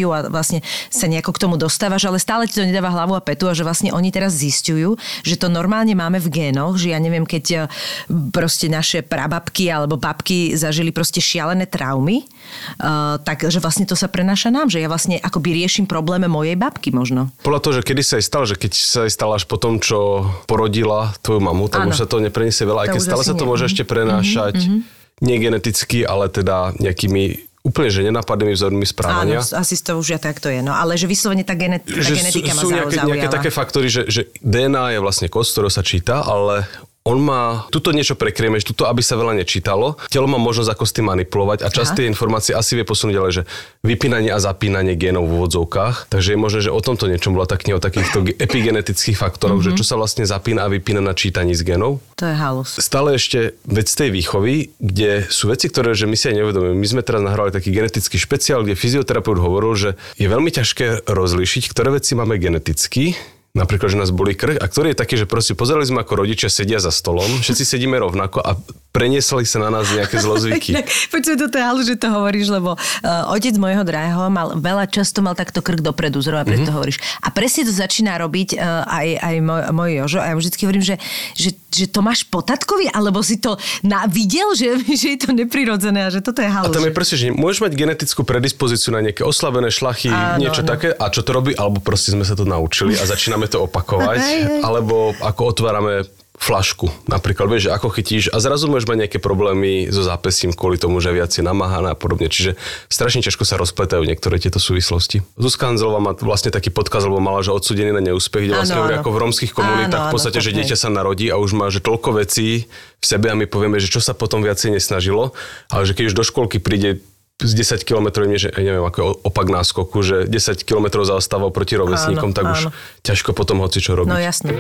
filozofiu a vlastne sa nejako k tomu dostávaš, ale stále ti to nedáva hlavu a petu a že vlastne oni teraz zisťujú, že to normálne máme v génoch, že ja neviem, keď proste naše prababky alebo babky zažili proste šialené traumy, uh, tak že vlastne to sa prenáša nám, že ja vlastne akoby riešim problémy mojej babky možno.
Podľa toho, že kedy sa jej stalo, že keď sa jej stala až po tom, čo porodila tvoju mamu, tak ano. Už sa to nepreniesie veľa, aj keď stále sa to môže ešte prenášať mm-hmm. nie geneticky, ale teda nejakými úplne že nenápadnými vzormi správania.
Áno, asi to už ja tak to je. No, ale že vyslovene tá, genet- tá
že
genetika
sú, sú
ma
nejaké,
zaujala.
nejaké také faktory, že, že dé en á je vlastne kód, z ktorého sa číta, ale on má, tuto niečo prekrieme, tuto, aby sa veľa nečítalo. Telo má možnosť ako s tým manipulovať a časť tej informácie asi vie posunúť ďalej, že vypínanie a zapínanie génov v úvodzovkách. Takže je možné, že o tomto niečom bola tak kniha o takýchto epigenetických faktoroch, mm-hmm. že čo sa vlastne zapína a vypína na čítaní z génov.
To je halus.
Stále ešte vec tej výchovy, kde sú veci, ktoré že my si aj nevedomíme. My sme teraz nahrali taký genetický špeciál, kde fyzioterapeut hovoril, že je veľmi ťažké rozlíšiť, ktoré veci máme geneticky. Napríklad, že nás bolí krk a ktorý je taký, že proste pozerali sme ako rodičia sedia za stolom, všetci sedíme rovnako a preniesli sa na nás nejaké zlozvyky.
Počuj, toto je halu, že to hovoríš, lebo uh, otec môjho drahého mal veľa často mal takto krk dopredu, zrovna preto mm-hmm. hovoríš. A presne to začína robiť uh, aj, aj môj, môj Jožo a ja vždycky hovorím, že, že, že to máš po tatkovi, alebo si to na, videl, že, že je to neprirodzené a že toto je halu.
A tam je presne, že môžeš mať genetickú predispozíciu na nejaké oslabené šlachy, áno, niečo áno. také a čo to robí, alebo proste sme sa to naučili a začíname to opakovať, hej, hej. alebo ako otvárame flašku. Napríklad, vieš, že ako chytíš a zrazu môžeš mať nejaké problémy so zápesím kvôli tomu, že viac je namáhaná a podobne. Čiže strašne ťažko sa rozpletajú niektoré tieto súvislosti. Zuzka Hanzelová má vlastne taký podkaz, lebo mala, že odsúdený na neúspech, kde vlastne hovorí ako v rómskych komunitách v podstate, áno, že dieťa sa narodí a už má že toľko vecí v sebe a my povieme, že čo sa potom viacej nesnažilo, ale že keď už do škôlky príde z desať kilometrov, nie, že neviem, ako je opak náskoku, že desať kilometrov zaostával proti rovesníkom, áno, tak áno. už ťažko potom hoci čo robiť.
No jasné.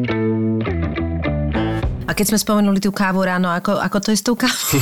A keď sme spomenuli tú kávu ráno, ako, ako to je s tou kávou?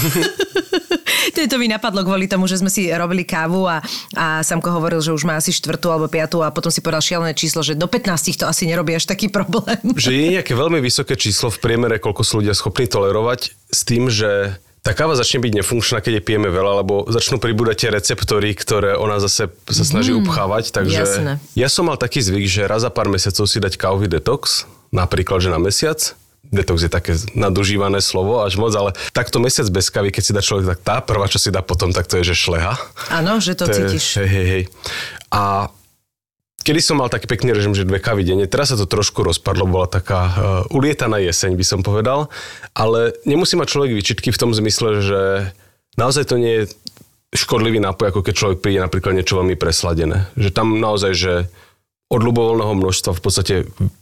To mi napadlo kvôli tomu, že sme si robili kávu a, a Samko hovoril, že už má asi štvrtú alebo piatú a potom si povedal šialené číslo, že do pätnásť to asi nerobí až taký problém.
Že je nejaké veľmi vysoké číslo v priemere, koľko sú ľudia schopní tolerovať s tým, že tá káva začne byť nefunkčná, keď je pijeme veľa, lebo začnú pribúdať tie receptory, ktoré ona zase sa snaží mm, upchávať. Takže jasné. Ja som mal taký zvyk, že raz za pár mesiacov si dať kávový detox, napríklad, že na mesiac. Detox je také nadužívané slovo až moc, ale takto mesiac bez kávy, keď si dá človek, tak tá prvá, čo si dá potom, tak to je, že šleha.
Áno, že to, to cítiš.
Je, hej, hej, hej. A kedy som mal taký pekný režim, že dve kávy denne, teraz sa to trošku rozpadlo, bola taká uh, ulietaná jeseň, by som povedal, ale nemusí mať človek výčitky v tom zmysle, že naozaj to nie je škodlivý nápoj, ako keď človek príde napríklad niečo veľmi presladené. Že tam naozaj, že od ľubovoľného množstva v podstate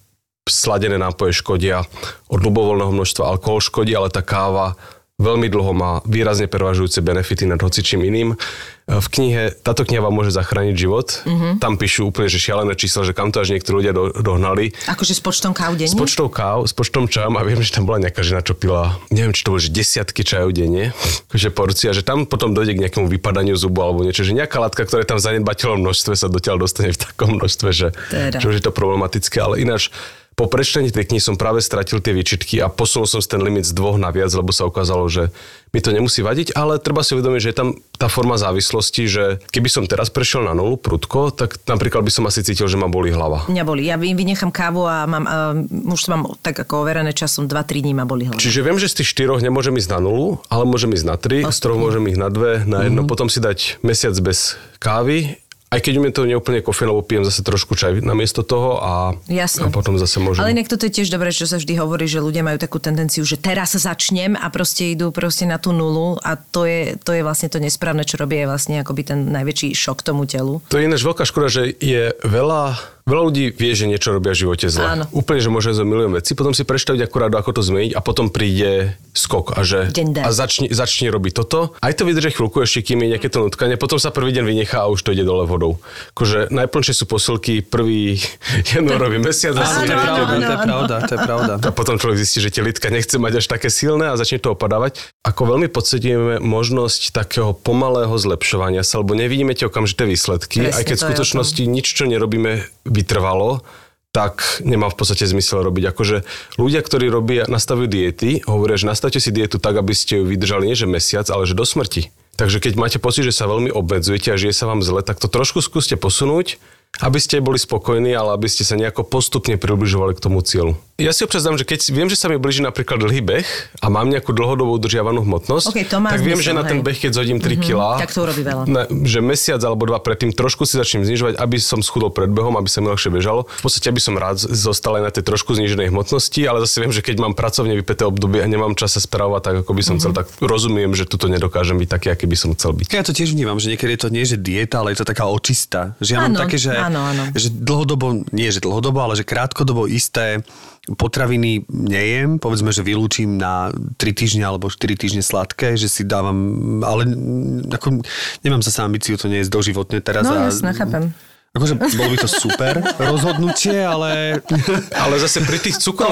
sladené nápoje škodia, od ľubovoľného množstva alkohol škodí, ale tá káva veľmi dlho má výrazne prevažujúce benefity nad hocičím iným. V knihe, táto kniha vám môže zachrániť život. Mm-hmm. Tam píšu úplne, že šialené čísla, že kam to až niektorí ľudia do, dohnali.
Akože s počtom káv denne?
S počtom káv, s počtom čajom a viem, že tam bola nejaká žena, čo pila, neviem, či to bolo, že desiatky čajov denne, akože porcia, že tam potom dojde k nejakému vypadaniu zubu alebo niečo, že nejaká látka, ktorá je tam v zanedbateľnom množstve, sa dotiaľ dostane v takom množstve, že, teda. že už je to problematické, ale ináč po prečtení tej knihy som práve stratil tie výčitky a posunul som si ten limit z dvoch na viac, lebo sa ukázalo, že mi to nemusí vadiť, ale treba si uvedomiť, že je tam tá forma závislosti, že keby som teraz prešiel na nulu prudko, tak napríklad by som asi cítil, že ma bolí hlava.
Mňa bolí. Ja vynechám kávu a mám, uh, už mám tak ako overené časom dva tri dní ma bolí hlava.
Čiže viem, že z tých štyroch nemôžem ísť na nulu, ale môžem ísť na tri, z troch môžem ísť na dve, na jedno, mm-hmm. potom si dať mesiac bez kávy. Aj keď u mňa to neúplne kofeín, lebo pijem zase trošku čaj namiesto toho a, a potom zase môžem.
Ale inak toto je tiež dobré, čo sa vždy hovorí, že ľudia majú takú tendenciu, že teraz sa začnem a proste idú proste na tú nulu a to je, to je vlastne to nesprávne, čo robí, je vlastne akoby ten najväčší šok tomu telu.
To je ináč veľká škoda, že je veľa... Veľa ľudí vie, že niečo robia v živote zle. Áno. Úplne, že môže zo milión vecí. Potom si predstaviť akurát, ako to zmeniť a potom príde skok a že a začne, začne robiť toto. Aj to vydrží chvíľku ešte, kým je nejaké to nutkanie. Potom sa prvý deň vynechá a už to ide dole vodou. Akože najplnšie sú posilky prvý januárový mesiac.
Áno, to je pravda, to je pravda, to je pravda.
A potom človek zistí, že tie lidka nechce mať až také silné a začne to opadávať. Ako veľmi pocítime možnosť takého pomalého zlepšovania sa, lebo nevidíme tie okamžité výsledky, presne, aj keď v skutočnosti nič, čo nerobíme vytrvalo, tak nemá v podstate zmysel robiť. Akože ľudia, ktorí robia, nastavujú diety, hovoria, že nastavte si dietu tak, aby ste ju vydržali nie že mesiac, ale že do smrti. Takže keď máte pocit, že sa veľmi obmedzujete a žije sa vám zle, tak to trošku skúste posunúť, aby ste boli spokojní, ale aby ste sa nejako postupne približovali k tomu cieľu. Ja si občas dám, že keď viem, že sa mi blíži napríklad dlhý beh a mám nejakú dlhodobo udržiavanú hmotnosť,
okay,
tak viem, že na ten beh, keď zhodím tri
mm-hmm,
kilá,
tak to urobí veľa.
Na, že mesiac alebo dva predtým trošku si začnem znižovať, aby som schudol pred behom, aby sa mi ľahšie bežalo. V podstate by som rád zostal aj na tej trošku zníženej hmotnosti, ale zase viem, že keď mám pracovne vypäté obdobie a nemám čas sa spravovať tak, ako by som mm-hmm. chcel, tak rozumiem, že tuto nedokážem byť taký, aký by som chcel byť.
Ja to tiež vnímam, že niekedy je to nie že dieta, ale je to taká očista. Že ja mám
áno,
také, že,
áno, áno.
že dlhodobo, nie že dlhodobo, ale že krátkodobo isté potraviny nejem, povedzme, že vylúčim na tri týždne alebo štyri týždne sladké, že si dávam, ale ako, nemám sa sa ambíciu to nie je doživotne teraz.
No
a,
jasne, chápem.
Akože bolo by to super rozhodnutie, ale...
Ale zase pri tých cukroch...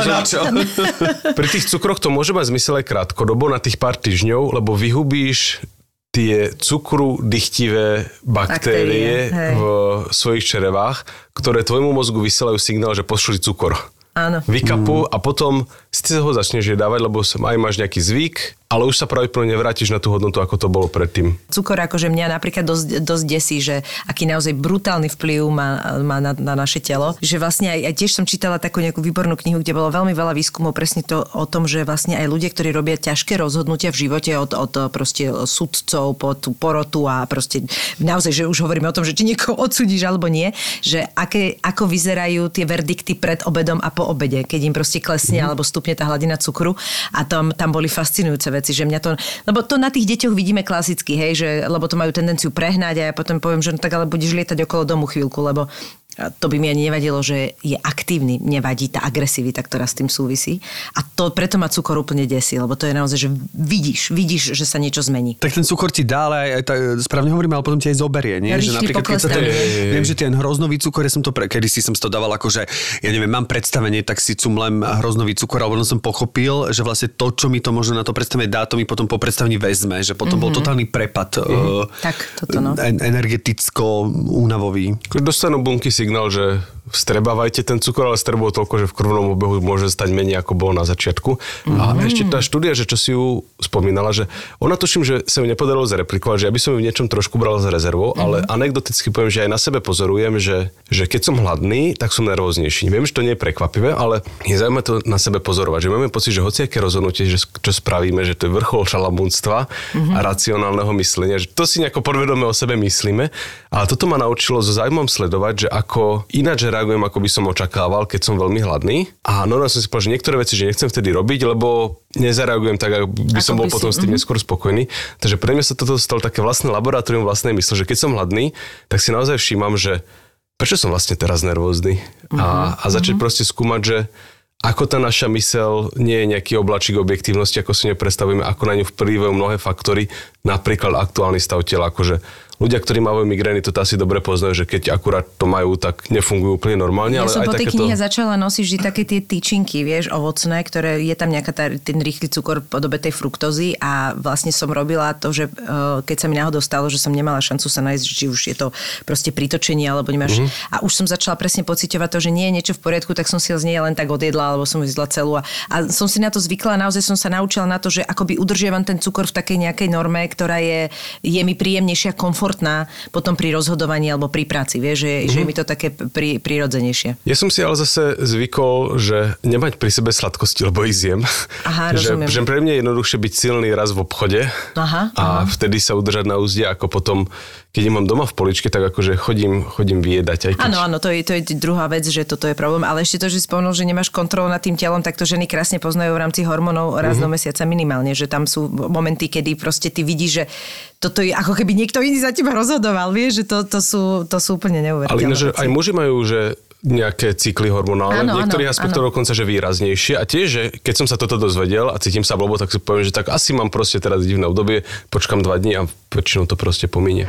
pri tých cukroch to môže mať zmysel aj krátkodobo na tých pár týždňov, lebo vyhubíš tie cukru dychtivé baktérie, baktérie v svojich črevách, ktoré tvojmu mozgu vysielajú signál, že pošli cukor.
Áno.
Vykapú a potom si ho začneš dávať, lebo aj máš nejaký zvyk, ale už sa pravdepodobne nevrátiš na tú hodnotu, ako to bolo predtým.
Cukor akože mňa napríklad dosť, dosť desí, že aký naozaj brutálny vplyv má, má na, na naše telo. Že vlastne aj, aj tiež som čítala takú nejakú výbornú knihu, kde bolo veľmi veľa výskumov presne to o tom, že vlastne aj ľudia, ktorí robia ťažké rozhodnutia v živote od, od proste sudcov po tú porotu a proste naozaj, že už hovoríme o tom, že či niekoho odsudíš alebo nie, že aké, ako vyzerajú tie verdikty pred obedom a po obede, keď im proste klesne mm. alebo stupne tá hladina cukru a tam, tam boli fascinujúce veci, že mňa to, lebo to na tých deťoch vidíme klasicky, hej, že, lebo to majú tendenciu prehnať a ja potom poviem, že no tak ale budeš lietať okolo domu chvíľku, lebo to by mi ani nevadilo, že je aktívny, nevadí tá agresivita, ktorá s tým súvisí. A to preto ma cukor úplne desí, lebo to je naozaj, že vidíš, vidíš, že sa niečo zmení. Tak
ten cukor ti dá, ale aj, aj správne hovorím, ale potom ti aj zoberie, nie?
Ja
že napríklad, keď sa ten, viem, že ten hroznový cukor, ja som to pre, kedysi som to dával ako, že ja neviem, mám predstavenie, tak si cumlem hroznový cukor, alebo som pochopil, že vlastne to, čo mi to možno na to predstavenie dá, to mi potom po predstavení vezme, že potom mm-hmm. bol totálny prepad mm-hmm. uh,
tak, toto no.
energeticko únavový.
Dostanú bunky signál, že vstrebávajte ten cukor, ale strebuje toľko, že v krvnom obehu môže stať menej, ako bolo na začiatku. Mm. A ešte tá štúdia, že čo si ju spomínala, že ona tuším, že sa ju nepodarilo zreplikovať, že ja by som ju v niečom trošku bral z rezervou, mm. ale anekdoticky poviem, že aj na sebe pozorujem, že, že keď som hladný, tak som nervóznejší. Viem, že to nie je prekvapivé, ale je zaujímavé to na sebe pozorovať, že máme pocit, že hociaké rozhodnutie, že čo spravíme, že to je vrchol šalamúnstva mm. a racionálneho myslenia, že to si nejako podvedome o sebe myslíme, ale toto ma naučilo so záujmom sledovať, že ako ináč reagujem, ako by som očakával, keď som veľmi hladný. A no, no som si povedal, že niektoré veci, že nechcem vtedy robiť, lebo nezareagujem tak, ako by som ako bol by potom si, s tým neskôr spokojný. Takže pre mňa sa toto stalo také vlastné laboratórium vlastnej mysle, že keď som hladný, tak si naozaj všímam, že prečo som vlastne teraz nervózny. Uh-huh. A, a začať uh-huh. proste skúmať, že ako tá naša myseľ nie je nejaký oblačík objektívnosti, ako si nepredstavujeme, ako na ňu vplývajú mnohé faktory, napríklad aktuálny stav tela, akože ľudia, ktorí majú migrény, to asi dobre poznajú, že keď akurát to majú, tak nefungujú úplne normálne.
Ja
ale
som
aj
po tej
takéto...
knihe začala nosiť vždy také tie tyčinky, vieš, ovocné, ktoré je tam nejaká tá, ten rýchly cukor v podobe tej fruktózy a vlastne som robila to, že uh, keď sa mi náhodou stalo, že som nemala šancu sa nájsť, či už je to proste pritočenie, alebo nemáš. Mm-hmm. A už som začala presne pociťovať to, že nie je niečo v poriadku, tak som si ho z nej len tak odjedla, alebo som ju zjedla celú. A, a som si na to zvykla, naozaj som sa naučila na to, že akoby udržiavam ten cukor v takej nejakej norme, ktorá je, je mi príjemnejšia, komfortná potom pri rozhodovaní alebo pri práci, vieš, že, mm-hmm. že je mi to také pri, prirodzenejšie.
Ja som si ale zase zvykol, že nemať pri sebe sladkosti, lebo ich zjem.
Aha,
že,
rozumiem.
že pre mňa je jednoduchšie byť silný raz v obchode
aha,
a
aha.
vtedy sa udržať na úzde, ako potom, keď mám doma v poličke, tak akože chodím, chodím vyjedať. Aj keď...
Áno, áno, to je, to je druhá vec, že toto je problém, ale ešte to, že spomenul, že nemáš kontrolu nad tým telom, tak to ženy krásne poznajú v rámci hormónov raz mm-hmm. do mesiaca minimálne, že tam sú momenty, kedy proste ty vidíš, že toto je ako keby niekto iný za teba rozhodoval, vieš, že to, to, sú, to sú úplne neuveriteľné.
Ale že aj muži majú, že nejaké cykly hormonálne, áno, v niektorých áno, aspektoch áno. dokonca, že výraznejšie. A tiež, že keď som sa toto dozvedel a cítim sa blbo, tak si poviem, že tak asi mám proste teraz divné obdobie, počkam dva dní a väčšinou to proste pominie.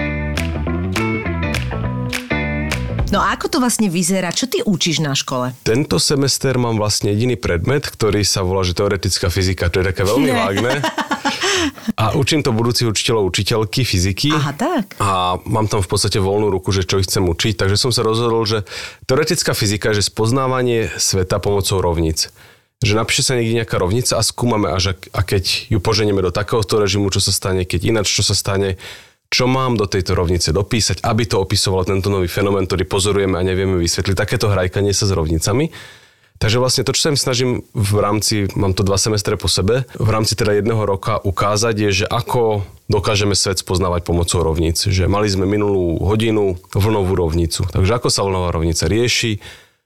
No a ako to vlastne vyzerá? Čo ty učíš na škole?
Tento semester mám vlastne jediný predmet, ktorý sa volá, že teoretická fyzika. To je také veľmi vágne. A učím to budúcich učiteľov, učiteľky fyziky.
Aha, tak.
A mám tam v podstate voľnú ruku, že čo ich chcem učiť. Takže som sa rozhodol, že teoretická fyzika je že spoznávanie sveta pomocou rovníc. že napíše sa niekde nejaká rovnica a skúmame až a keď ju poženieme do takéhoto režimu, čo sa stane, keď ináč, čo sa stane, čo mám do tejto rovnice dopísať, aby to opisovalo tento nový fenomén, ktorý pozorujeme a nevieme vysvetliť. Takéto hrajkanie sa s rovnicami. Takže vlastne to, čo sa im snažím v rámci, mám to dva semestre po sebe, v rámci teda jedného roka ukázať je, že ako dokážeme svet spoznávať pomocou rovnic. Že mali sme minulú hodinu vlnovú rovnicu. Takže ako sa vlnová rovnica rieši,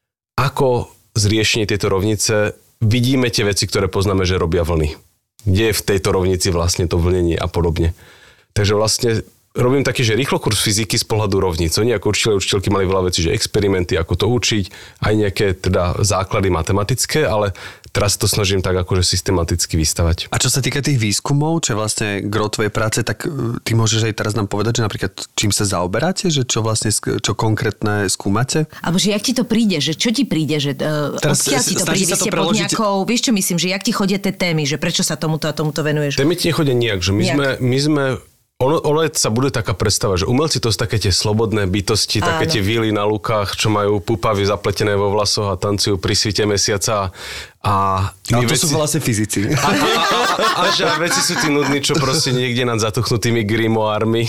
ako z riešenia tejto rovnice vidíme tie veci, ktoré poznáme, že robia vlny. Kde je v tejto rovnici vlastne to vlnenie a podobne. Takže vlastne robím taký, že rýchlo kurz fyziky z pohľadu rovnic. Oni ako učiteľi, učiteľky mali veľa vecí, že experimenty, ako to učiť, aj nejaké teda základy matematické, ale teraz to snažím tak akože systematicky vystavať.
A čo sa týka tých výskumov, čo je vlastne gro tvojej práce, tak ty môžeš aj teraz nám povedať, že napríklad čím sa zaoberáte, že čo vlastne, čo konkrétne skúmate?
Alebo že jak ti to príde, že čo ti príde, že uh, odkiaľ ti to príde, vy ste pod nejakou, vieš čo myslím, že jak ti chodia tie témy, že prečo sa tomuto a tomuto venuješ?
Témy ti nechodia nijak, že my sme, my sme Ono, ono sa bude taká predstava, že umelci to sú také tie slobodné bytosti, áno. Také tie víly na lukách, čo majú pupavy zapletené vo vlasoch a tancujú pri svite mesiaca. A,
a to veci... sú vlastne fyzici.
A, a, a, a, a že veci sú tí nudní, čo proste niekde nad zatuchnutými grimoármi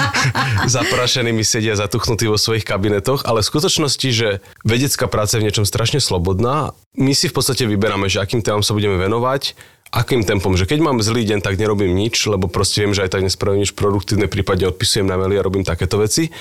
zaprašenými sedia zatuchnutí vo svojich kabinetoch, ale v skutočnosti, že vedecká práca je v niečom strašne slobodná. My si v podstate vyberáme, že akým témam sa budeme venovať, akým tempom, že keď mám zlý deň, tak nerobím nič, lebo proste viem, že aj tak nespravím nič produktívne, prípadne odpisujem na maily a robím takéto veci.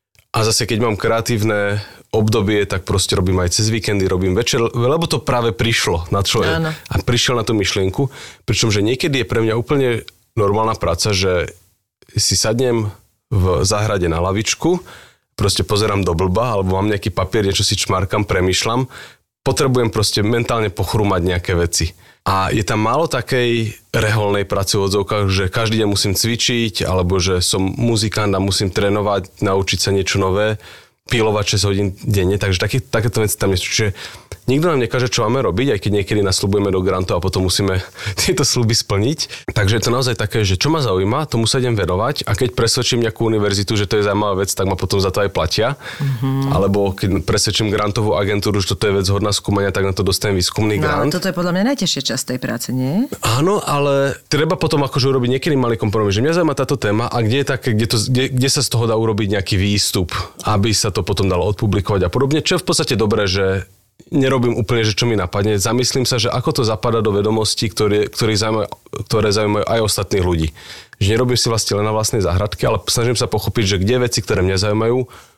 A zase keď mám kreatívne obdobie, tak proste robím aj cez víkendy, robím večer, lebo to práve prišlo na človek. A prišiel na tú myšlienku, pričom, že niekedy je pre mňa úplne normálna práca, že si sadnem v záhrade na lavičku, proste pozerám do blba, alebo mám nejaký papier, niečo si čmarkam, premýšľam, potrebujem proste mentálne pochrúmať nejaké veci. A je tam málo takej reholnej práce v odzovkách, že každý deň musím cvičiť, alebo že som muzikant a musím trénovať, naučiť sa niečo nové, pilovať šesť hodín denne, takže také, takéto veci tam nie sú. Čiže nikto nám nekáže, čo máme robiť, aj keď niekedy nasľubujeme do grantov a potom musíme tieto sľuby splniť. Takže je to naozaj také, že čo ma zaujíma, tomu sa idem venovať a keď presvedčím nejakú univerzitu, že to je zaujímavá vec, tak ma potom za to aj platia. Mm-hmm. Alebo keď presvedčím grantovú agentúru, že toto je vec hodná skúmania, tak na to dostanem výskumný
no,
grant.
Toto je podľa mňa najťažšia časť tej práce, nie?
Áno, ale treba potom akože urobiť niekedy malý kompromis, že mňa zaujíma táto téma a kde je také, kde, to, kde, kde sa z toho dá urobiť nejaký výstup, aby sa to potom dalo odpublikovať a podobne. Čo je v podstate dobré, že nerobím úplne, že čo mi napadne. Zamyslím sa, že ako to zapadá do vedomostí, ktoré, ktoré, zaujímajú, ktoré zaujímajú aj ostatných ľudí. Že nerobím si vlastne len na vlastnej záhradke, ale snažím sa pochopiť, že kde veci, ktoré mňa zaujímajú,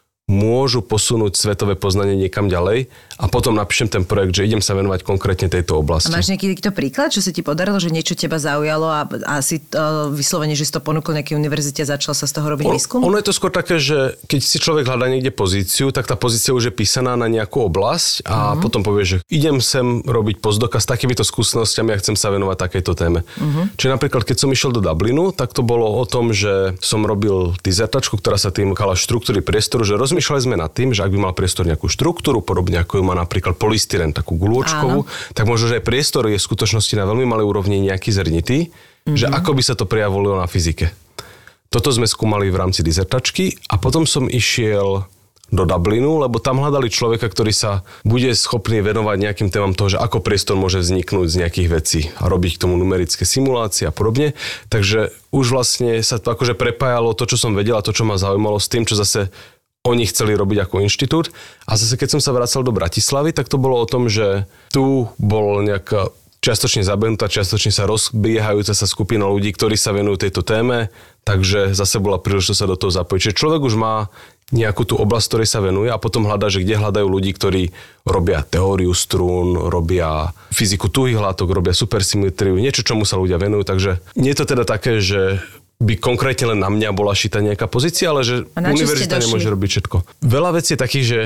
môžu posunúť svetové poznanie niekam ďalej a potom napíšem ten projekt, že idem sa venovať konkrétne tejto oblasti.
A máš nejaký takýto príklad, čo sa ti podarilo, že niečo teba zaujalo a, a si uh, vyslovene, že si to ponúkol nejakej univerzite a začal sa z toho robiť
o,
výskum?
Ono je to skôr také, že keď si človek hľadá niekde pozíciu, tak tá pozícia už je písaná na nejakú oblasť a uh-huh. potom povie, že idem sem robiť postdoka s takýmito skúsenostiami a chcem sa venovať takejto téme. Uh-huh. Čiže napríklad, keď som išiel do Dublinu, tak to bolo o tom, že som robil dizertačku, ktorá sa týkala štruktúry priestoru, že rozmýšľali sme nad tým, že ak by mal priestor nejakú štruktúru, podobne ako ju má napríklad polystyren, takú guľôčkovú, tak možno, že aj priestor je v skutočnosti na veľmi malej úrovni nejaký zrnitý, mm-hmm. že ako by sa to prejavilo na fyzike. Toto sme skúmali v rámci dizertačky a potom som išiel do Dublinu, lebo tam hľadali človeka, ktorý sa bude schopný venovať nejakým témam toho, že ako priestor môže vzniknúť z nejakých vecí a robiť k tomu numerické simulácie a podobne. Takže už vlastne sa to akože prepájalo to, čo som vedel a to, čo ma zaujímalo s tým, čo zase oni chceli robiť ako inštitút. A zase keď som sa vracal do Bratislavy, tak to bolo o tom, že tu bol nejaká čiastočne zabehnutá, čiastočne sa rozbiehajúca sa skupina ľudí, ktorí sa venujú tejto téme, takže zase bola príležitosť sa do toho zapojiť. Čiže človek už má nejakú tú oblasť, ktorej sa venuje a potom hľadá, že kde hľadajú ľudí, ktorí robia teóriu strún, robia fyziku tuhých látok, robia supersymetriu, niečo, čomu sa ľudia venujú. Takže nie je to teda také, že by konkrétne len na mňa bola šitá nejaká pozícia, ale že univerzita nemôže robiť všetko. Veľa vecí je takých, že e,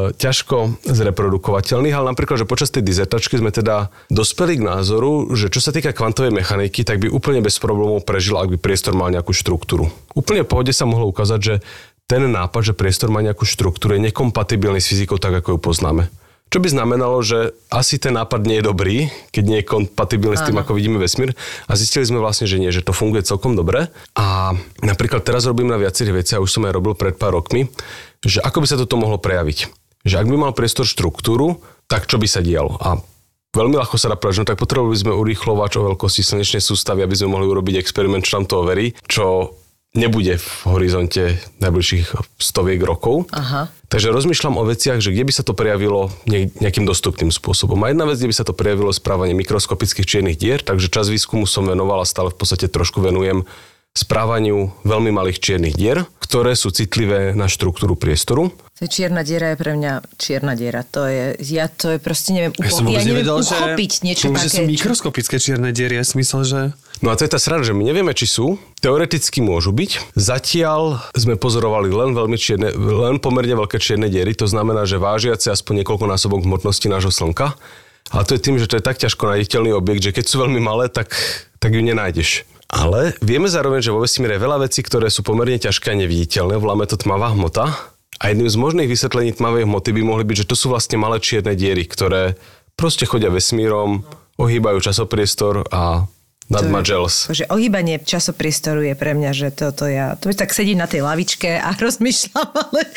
ťažko zreprodukovateľných, ale napríklad, že počas tej dizertačky sme teda dospeli k názoru, že čo sa týka kvantovej mechaniky, tak by úplne bez problémov prežil, ak by priestor mal nejakú štruktúru. Úplne v pohode sa mohlo ukázať, že ten nápad, že priestor má nejakú štruktúru, je nekompatibilný s fyzikou tak, ako ju poznáme. Čo by znamenalo, že asi ten nápad nie je dobrý, keď nie je kompatibilný s tým, ako vidíme vesmír. A zistili sme vlastne, že nie, že to funguje celkom dobre. A napríklad teraz robím na viacerých veciach, už som aj robil pred pár rokmi, že ako by sa toto mohlo prejaviť. Že ak by mal priestor štruktúru, tak čo by sa dialo. A veľmi ľahko sa dá povedať, no tak potrebovali sme urýchlovač o veľkosti slnečnej sústavy, aby sme mohli urobiť experiment, čo nám to overí, čo nebude v horizonte najbližších stoviek rokov.
Aha.
Takže rozmýšľam o veciach, že kde by sa to prejavilo nejakým dostupným spôsobom. A jedna vec, kde by sa to prejavilo správanie mikroskopických čiernych dier, takže čas výskumu som venoval a stále v podstate trošku venujem správaniu veľmi malých čiernych dier, ktoré sú citlivé na štruktúru priestoru.
Čierna diera je pre mňa čierna diera. To je, ja to je proste neviem, ucho-
ja, som
ja neviem
nevedel,
uchopiť
že,
niečo
že
také.
Že sú mikroskopické čierne diery, ja si myslel, že...
No a to je tá sranda, že my nevieme, či sú. Teoreticky môžu byť. Zatiaľ sme pozorovali len veľmi čierne, len pomerne veľké čierne diery, to znamená, že vážiace aspoň niekoľko násobok hmotnosti nášho Slnka. Ale to je tým, že to je tak ťažko nájditeľný objekt, že keď sú veľmi malé, tak, tak ju nenájdeš. Ale vieme zároveň, že vo vesmíre je veľa vecí, ktoré sú pomerne ťažké a neviditeľné. Voláme to tmavá hmota. A jedným z možných vysvetlení tmavej hmoty by mohli byť, že to sú vlastne malé čierne diery, ktoré proste chodia vesmírom, ohýbajú časopriestor a nadmažels.
Že ohýbanie časopriestoru je pre mňa, že toto ja... To tak sedím na tej lavičke a rozmýšľam, ale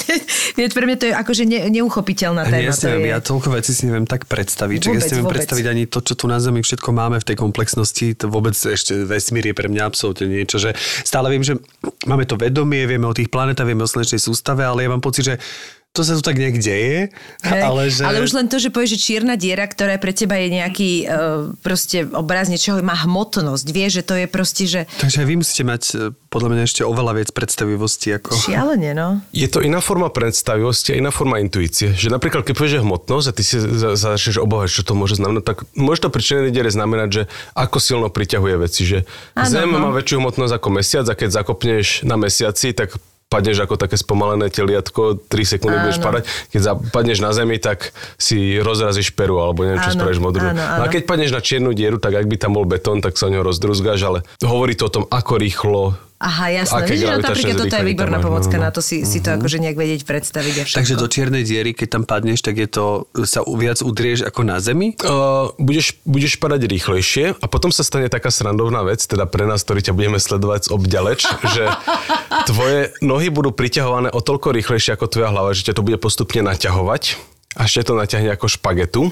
pre mňa to je akože ne, neuchopiteľná téma.
Ja, neviem,
je...
ja toľko vecí si neviem tak predstaviť. Vôbec, ja si neviem predstaviť ani to, čo tu na Zemi všetko máme v tej komplexnosti. To vôbec ešte vesmír je pre mňa absolútne niečo, že stále viem, že máme to vedomie, vieme o tých planetách, vieme o slnečnej sústave, ale ja mám pocit, že to sa tu tak nejak deje,
hey,
ale že...
Ale už len to, že povieš, že čierna diera, ktorá pre teba je nejaký uh, proste obraz niečoho, má hmotnosť. Vieš, že to je proste, že...
Takže aj vy musíte mať podľa mňa ešte oveľa viac predstavivosti ako...
Šialene, no.
Je to iná forma predstavivosti a iná forma intuície. Že napríklad, keď povieš, že hmotnosť a ty si začneš obávať, čo to môže znamenať, tak môže to pri čiernej diere znamenať, že ako silno priťahuje veci. Že ano, Zem no. má väčšiu hmotnosť ako mesiac a keď zakopneš na mesiaci, tak padneš ako také spomalené teliatko, tri sekundy budeš padať. Keď padneš na zemi, tak si rozrazíš peru, alebo neviem, čo áno, spravíš modrú. Áno, áno. No a keď padneš na čiernu dieru, tak ak by tam bol betón, tak sa o neho rozdruzgáš, ale hovorí to o tom, ako rýchlo.
Aha, jasné. Vidíš, no napríklad toto je výborná pomocka na to si, si to akože nejak vedieť predstaviť.
Takže do čiernej diery, keď tam padneš, tak je to, sa viac udrieš ako na Zemi?
Uh, budeš, budeš padať rýchlejšie a potom sa stane taká srandovná vec, teda pre nás, ktorí ťa budeme sledovať z obďaleč, že tvoje nohy budú priťahované o toľko rýchlejšie ako tvoja hlava, že ťa to bude postupne naťahovať a ešte to naťahne ako špagetu.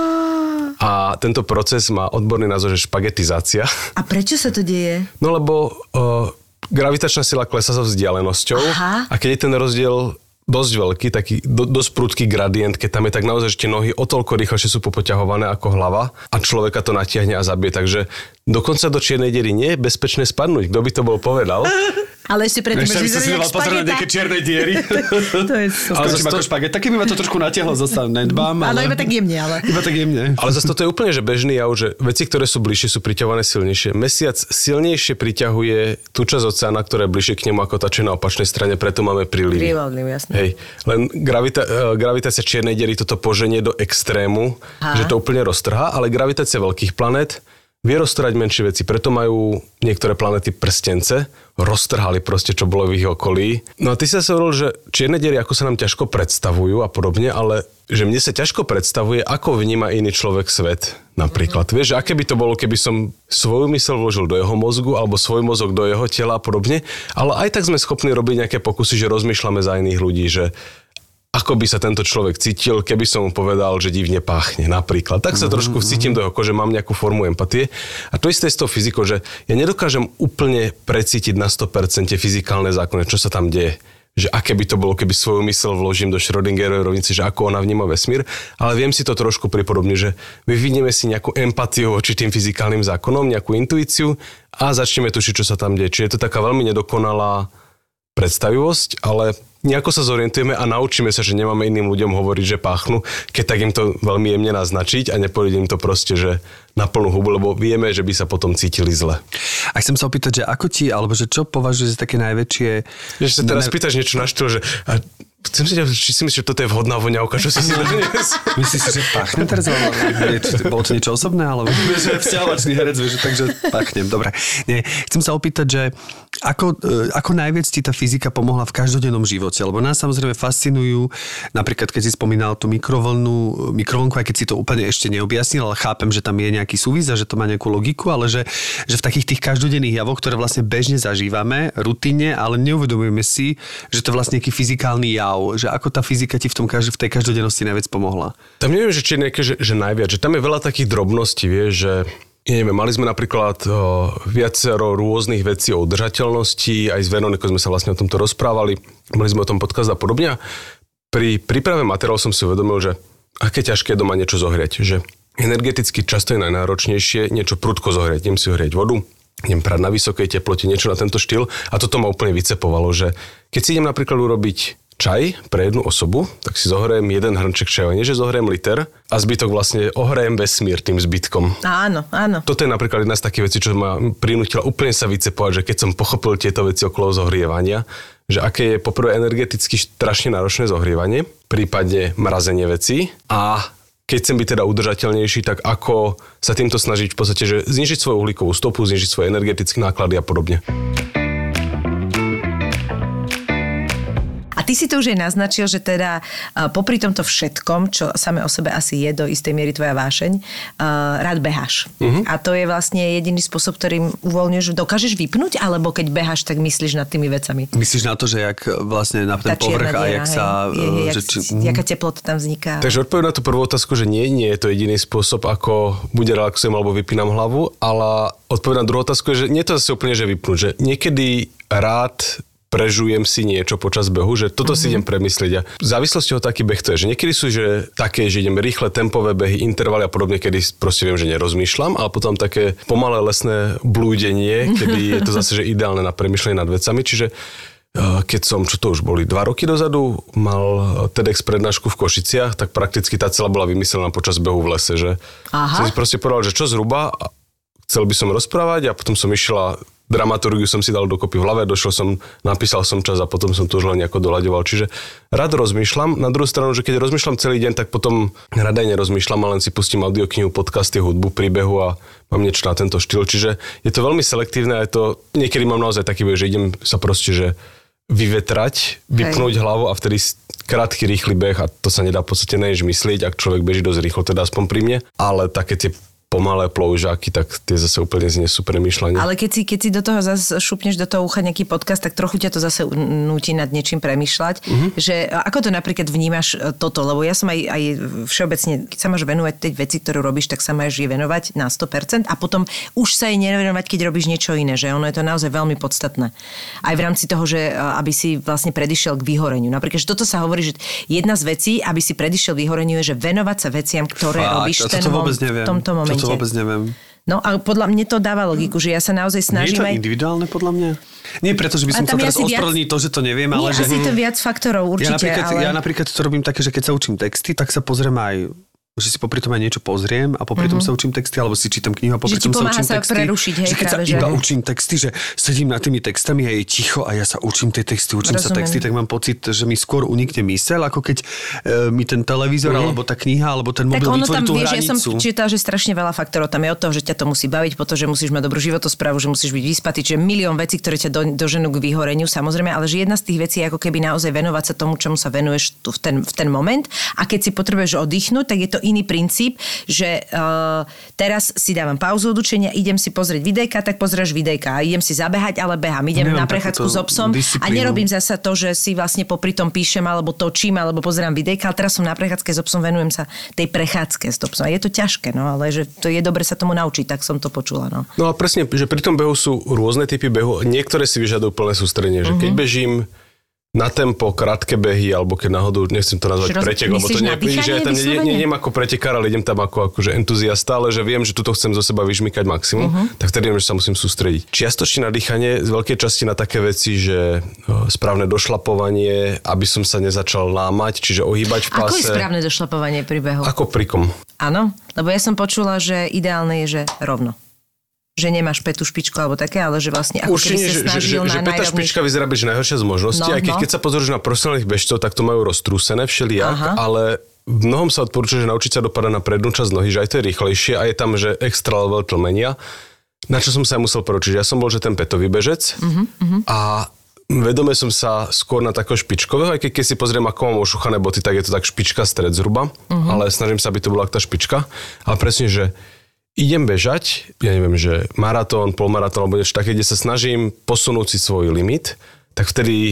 A tento proces má odborný názov, že špagetizácia. A
prečo sa to deje?
No lebo uh, gravitačná sila klesá so vzdialenosťou. Aha. A keď je ten rozdiel dosť veľký, taký do, dosť prudký gradient, keď tam je tak naozaj, že tie nohy o toľko rýchlejšie sú popoťahované ako hlava a človeka to natiahne a zabije. Takže dokonca do čiernej diery nie je bezpečné spadnúť. Kto by to bol povedal?
Ale ešte predtým už vyzerá jak špageta.
Nejaké čiernej diery.
To je super.
Ale zase to... ako špageta. Keby ma to trošku natiahlo, zase nedbám.
Ale... Áno, iba tak jemne, ale.
Iba tak jemne.
Ale zase toto je úplne že bežný jav, že veci, ktoré sú bližšie, sú priťahované silnejšie. Mesiac silnejšie priťahuje tú časť oceána, ktorá je bližšie k nemu ako tá, čo na opačnej strane, preto máme prílivy.
Prílivy, jasne.
Hej. Len gravita- gravitácia čiernej diery toto poženie do extrému, Aha. že to úplne roztrhá, ale gravitácia veľkých planét vie roztrhať menšie veci, preto majú niektoré planety prstence, roztrhali proste, čo bolo v ich okolí. No a ty sa hovoril, že čierne diery, ako sa nám ťažko predstavujú a podobne, ale že mne sa ťažko predstavuje, ako vníma iný človek svet. Napríklad, mm. vieš, aké by to bolo, keby som svoju myseľ vložil do jeho mozgu, alebo svoj mozog do jeho tela a podobne, ale aj tak sme schopní robiť nejaké pokusy, že rozmýšľame za iných ľudí, že ako by sa tento človek cítil, keby som mu povedal, že divne páchne, napríklad. Tak sa mm-hmm. trošku vcítim do jeho kože, mám nejakú formu empatie. A to isté s tou fyzikou, že ja nedokážem úplne precítiť na sto percent fyzikálne zákony, čo sa tam deje. Že aké by to bolo, keby svoju myseľ vložím do Schrödingerovej rovnice, že ako ona vníma vesmír, ale viem si to trošku pripodobniť, že vyvinieme si nejakú empatiu voči tým fyzikálnym zákonom, nejakú intuíciu a začneme tušiť, čo sa tam deje. Čiže je to taká veľmi nedokonalá predstavivosť, ale nejako sa zorientujeme a naučíme sa, že nemáme iným ľuďom hovoriť, že páchnu, keď tak im to veľmi jemne naznačiť a nepovedať im to proste, že na plnú hubu, lebo vieme, že by sa potom cítili zle.
A chcem sa opýtať, že ako ti, alebo že čo považuješ za také najväčšie...
Že sa teraz ne... pýtaš niečo na štýl, že... A chcem si ťa, či si myslíš, že toto je vhodná voňavka, čo si si dnes?
Myslíš si, že pachnem teraz? Bolo to niečo osobné? Alebo... Že je vzťahovačný herec, vieš, takže pachnem. Dobre. Nie, chcem sa opýtať, že ako, ako najviac ti tá fyzika pomohla v každodennom živote? Lebo nás samozrejme fascinujú, napríklad keď si spomínal tú mikrovlnu, mikrovlnku, aj keď si to úplne ešte neobjasnil, ale chápem, že tam je nejaký súvis a že to má nejakú logiku, ale že, že v takých tých každodenných javoch, ktoré vlastne bežne zažívame, rutine, ale neuvedomujeme si, že to je vlastne nejaký fyzikálny jav, stav, že ako tá fyzika ti v, tom, v tej každodennosti najviac pomohla?
Tam neviem, že či je nejaké, že, že najviac, že tam je veľa takých drobností, vieš, že ja neviem, mali sme napríklad o, viacero rôznych vecí o udržateľnosti, aj s Veronikou sme sa vlastne o tomto rozprávali, mali sme o tom podcast a podobne. Pri príprave materiálu som si uvedomil, že aké ťažké je doma niečo zohriať, že energeticky často je najnáročnejšie niečo prudko zohriať, idem si zohriať vodu, idem prať na vysokej teplote, niečo na tento štýl a toto ma úplne vycepovalo, že keď si idem napríklad urobiť čaj pre jednu osobu, tak si zohrejem jeden hrnček čaju, nie že zohrejem liter a zbytok vlastne ohrejem vesmír tým zbytkom.
Áno, áno.
Toto je napríklad jedna z takých vecí, čo ma prinútila úplne sa vycepovať, že keď som pochopil tieto veci okolo zohrievania, že aké je poprvé energeticky strašne náročné zohrievanie, prípadne mrazenie vecí a keď chcem byť teda udržateľnejší, tak ako sa týmto snažiť v podstate, že znižiť svoju uhlíkovú stopu, znižiť svoje energetické náklady a podobne.
A ty si to už aj naznačil, že teda uh, popri tomto všetkom, čo samé o sebe asi je do istej miery tvoja vášeň, uh, rád beháš. Uh-huh. A to je vlastne jediný spôsob, ktorým uvoľňuješ, dokážeš vypnúť, alebo keď beháš, tak myslíš nad tými vecami?
Myslíš na to, že jak vlastne na ten povrch a jak sa...
Je, je,
že,
jak,
či,
jaká teplota tam vzniká.
Takže odpoveď na tú prvú otázku, že nie, nie je to jediný spôsob, ako bude relaxujem alebo vypínam hlavu, ale odpoveď na druhú otázku je, že nie je to zase úplne, že vypnúť, že niekedy rád prežujem si niečo počas behu, že toto mm-hmm. si idem premyslieť. A v závislosti od taký beh to je, že niekedy sú že také, že idem rýchle tempové behy, intervaly a podobne, kedy proste viem, že nerozmýšľam, ale potom také pomalé lesné blúdenie, kedy je to zase že ideálne na premýšľanie nad vecami. Čiže keď som, čo to už boli, dva roky dozadu, mal TEDx prednášku v Košiciach, tak prakticky tá celá bola vymyslená počas behu v lese, že Aha. som si proste povedal, že čo zhruba, chcel by som rozprávať a potom som išla dramaturgiu som si dal dokopy v hlave, došiel som, napísal som čas a potom som to už len nejako doľaďoval. Čiže rád rozmýšľam. Na druhú stranu, že keď rozmýšľam celý deň, tak potom rada nerozmýšľam, ale len si pustím audioknihu, podcasty, hudbu, príbehu a mám niečo na tento štýl. Čiže je to veľmi selektívne a je to, niekedy mám naozaj taký, že idem sa proste, že vyvetrať, vypnúť Hej. hlavu a vtedy krátky, rýchly beh a to sa nedá v podstate než myslieť, ak človek beží dosť rýchlo, teda aspoň pri mne, ale také tie pomalé ploužáky, tak tie zase úplne znie sú premýšľanie.
Ale keď si, keď si do toho zase šupneš do toho ucha nejaký podcast, tak trochu ťa to zase núti nad niečím premýšľať. Mm-hmm. Že ako to napríklad vnímaš toto? Lebo ja som aj, aj všeobecne, keď sa máš venovať tej veci, ktorú robíš, tak sa máš je venovať na sto percent a potom už sa jej nevenovať, keď robíš niečo iné. Že ono je to naozaj veľmi podstatné. Aj v rámci toho, že aby si vlastne predišiel k vyhoreniu. Napríklad, že toto sa hovorí, že jedna z vecí, aby si predišiel vyhoreniu, je, že venovať sa veciam, ktoré Fakt, robíš ten mom- v tomto momente.
To vôbec neviem.
No a podľa mne to dáva logiku, že ja sa naozaj snažím...
Nie je to aj individuálne podľa mňa? Nie preto, že by som chcel teraz ospravedlniť viac... to, že to neviem, ale
Nie,
že...
asi to viac faktorov určite,
ja napríklad,
ale...
Ja napríklad to robím také, že keď sa učím texty, tak sa pozriem aj... že si popri tom aj niečo pozriem a popri tom mm-hmm. sa učím texty, alebo si čítam knihu a popri tom sa učím
sa
texty.
Prerušiť, hej,
že keď
práve,
sa iba že... učím texty, že sedím nad tými textami a je ticho a ja sa učím tie texty, učím Rozumiem. sa texty, tak mám pocit, že mi skôr unikne myseľ, ako keď e, mi ten televízor, mm. alebo tá kniha, alebo ten mobil vytvorí tú hranicu. Ja som čítal, že strašne veľa faktorov tam je od toho, že ťa to musí baviť, potom, že musíš mať dobrú životosprávu, že musíš byť vyspatý, čiže milión vecí, ktoré ťa do, doženú k vyhoreniu, samozrejme, ale že jedna z tých vecí je ako keby naozaj venovať sa tomu, čomu sa venuješ tu v ten, v ten moment a keď si potrebuješ oddychnúť, tak je to iný princíp, že uh, teraz si dávam pauzu od učenia, idem si pozrieť videjka, tak pozrieš videjka a idem si zabehať, ale behám. Idem Nemám na prechádzku s obsom disciplínu. A nerobím zasa to, že si vlastne popri tom píšem alebo točím, alebo pozerám videjka, ale teraz som na prechádzke s obsom, venujem sa tej prechádzke s obsom. A je to ťažké, no, ale že to je dobre sa tomu naučiť, tak som to počula, no.
No a presne, že pri tom behu sú rôzne typy behu, niektoré si vyžadujú plné sústredenie, že uh-huh. keď bežím na tempo, krátke behy, alebo keď náhodou, nechcem to nazvať roz... pretek, lebo to nepríde, že ja tam ne, ne, idem ako pretekár, ale idem tam ako akože entuziasta, ale že viem, že tuto chcem zo seba vyžmykať maximum, uh-huh. tak vtedy viem, že sa musím sústrediť. Čiastočne na dýchanie, z veľkej časti na také veci, že správne došlapovanie, aby som sa nezačal lámať, čiže ohýbať v páse.
Ako je správne došlapovanie pri behu?
Ako pri kom?
Áno, lebo ja som počula, že ideálne je, že rovno. Že nemáš pätú špičku alebo také, ale že vlastne ako
Určite,
keby sa snažil
že, že,
na
že pätá špička vyzerá byť najhoršia z možností, no, aj keď, no. keď sa pozrieš na profesionálnych bežcov, tak to majú roztrúsené všelijak, Aha. ale v mnohom sa odporúča, že naučiť sa dopadať na prednú časť nohy, že aj to je rýchlejšie a je tam, že extra level tlmenia, na čo som sa aj musel poručiť. Ja som bol, že ten pätový bežec uh-huh, uh-huh. a vedome som sa skôr na takého špičkového, aj keď, keď si pozriem, ako mám ošuchané boty, tak je to tak špička stred zhruba, uh-huh. ale snažím sa, aby to bola tá špička, ale presne, že idem bežať, ja neviem, že maratón, polmaratón alebo niečo také, kde sa snažím posunúť si svoj limit, tak vtedy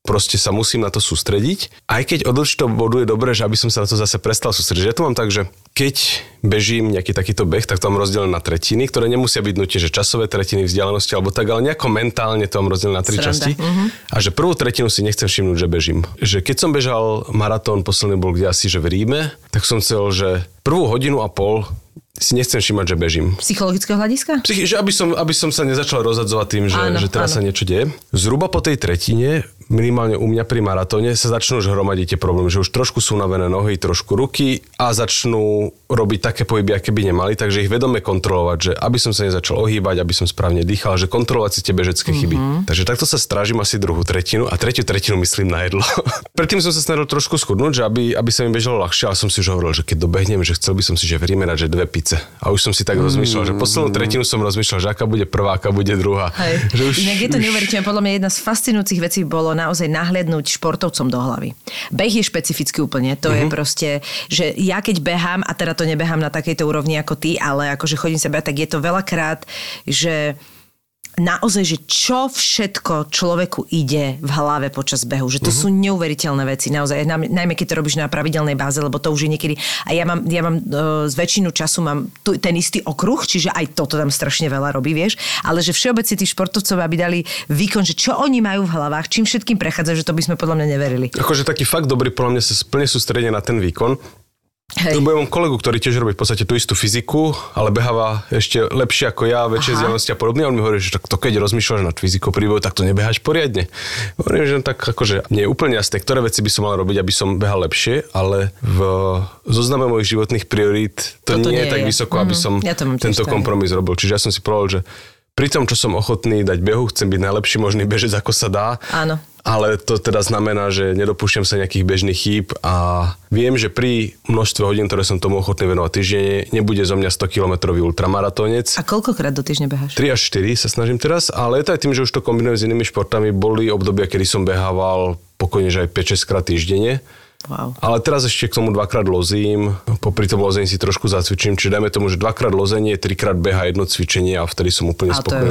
proste sa musím na to sústrediť. Aj keď od určitého bodu je dobré, že aby som sa na to zase prestal sústrediť. Ja to mám tak, že keď bežím nejaký takýto beh, tak to mám rozdelené na tretiny, ktoré nemusia byť nutne, že časové tretiny, vzdialenosti alebo tak, ale nejako mentálne to mám rozdelené na tri Sranda. časti. Uh-huh. A že prvú tretinu si nechcem všimnúť, že bežím. Že keď som bežal maratón, posledný bol kde asi, že v Ríme, tak som chcel, že prvú hodinu a pol si nechcem všimať, že bežím.
Psychologického hľadiska?
Psychi- že aby som, aby som sa nezačal rozhadzovať tým, že, áno, že teraz áno. sa niečo deje. Zhruba po tej tretine, minimálne u mňa pri maratóne, sa začnú už hromadiť tie problémy, že už trošku sú unavené nohy, trošku ruky a začnú robiť také pohyby, aké by nemali, takže ich vedome kontrolovať, že aby som sa nezačal ohýbať, aby som správne dýchal, že kontrolovať si tie bežecké chyby. Mm-hmm. Takže takto sa strážim asi druhú tretinu a tretiu tretinu myslím na jedlo. Predtým som sa snažil trošku schudnúť, že aby, aby sa mi bežalo ľahšie, ale som si už hovoril, že keď dobehnem, že chcel by som si že v Ríme dať, že dve pice. A už som si tak mm. rozmýšľal, že poslednú tretinu som rozmýšľal, že aká bude prvá, aká bude druhá. Že už,
Inak je to už... neuveriteľné. Podľa mňa jedna z fascinujúcich vecí bolo naozaj nahliadnúť športovcom do hlavy. Beh je špecifický úplne. To mm-hmm. je proste, že ja keď behám, a teda to nebehám na takejto úrovni ako ty, ale akože chodím sa behať, tak je to veľakrát, že naozaj, že čo všetko človeku ide v hlave počas behu. Že to uh-huh. sú neuveriteľné veci. Naozaj, najmä keď to robíš na pravidelnej báze, lebo to už je niekedy... A ja mám, ja mám z väčšinu času mám tu, ten istý okruh, čiže aj toto tam strašne veľa robí, vieš. Ale že všeobecne tí športovcov, aby dali výkon, že čo oni majú v hlavách, čím všetkým prechádza, že to by sme podľa mňa neverili.
Akože taký fakt dobrý, podľa mňa sa plne sústredia na ten výkon. Hej. Lebo ja mám kolegu, ktorý tiež robí v podstate tú istú fyziku, ale beháva ešte lepšie ako ja, väčšie vzdialenosti a podobne. A on mi hovorí, že to keď rozmýšľaš nad fyzikou príbehu, tak to nebeháš poriadne. Hovorím, že tak akože nie je úplne jasné, ktoré veci by som mal robiť, aby som behal lepšie, ale v zozname mojich životných priorít to Toto nie je tak je. vysoko, aby som ja tento kompromis robil. Čiže ja som si povedal, že pri tom, čo som ochotný dať behu, chcem byť najlepší možný bežec, ako sa dá.
Áno.
Ale to teda znamená, že nedopúšťam sa nejakých bežných chýb a viem, že pri množstve hodín, ktoré som tomu ochotný venovať týždenne, nebude zo mňa sto kilometrový ultramaratónec.
A koľkokrát do týždňa beháš?
tri až štyri sa snažím teraz, ale je to aj tým, že už to kombinujem s inými športami. Boli obdobia, kedy som behával pokojne, že aj päť šesť krát týždenne.
Wow.
Ale teraz ešte k tomu dvakrát lozím, popri tom lození si trošku zacvičím, čiže dajme tomu, že dvakrát lozenie, trikrát beha, jedno cvičenie a vtedy som úplne spokojný.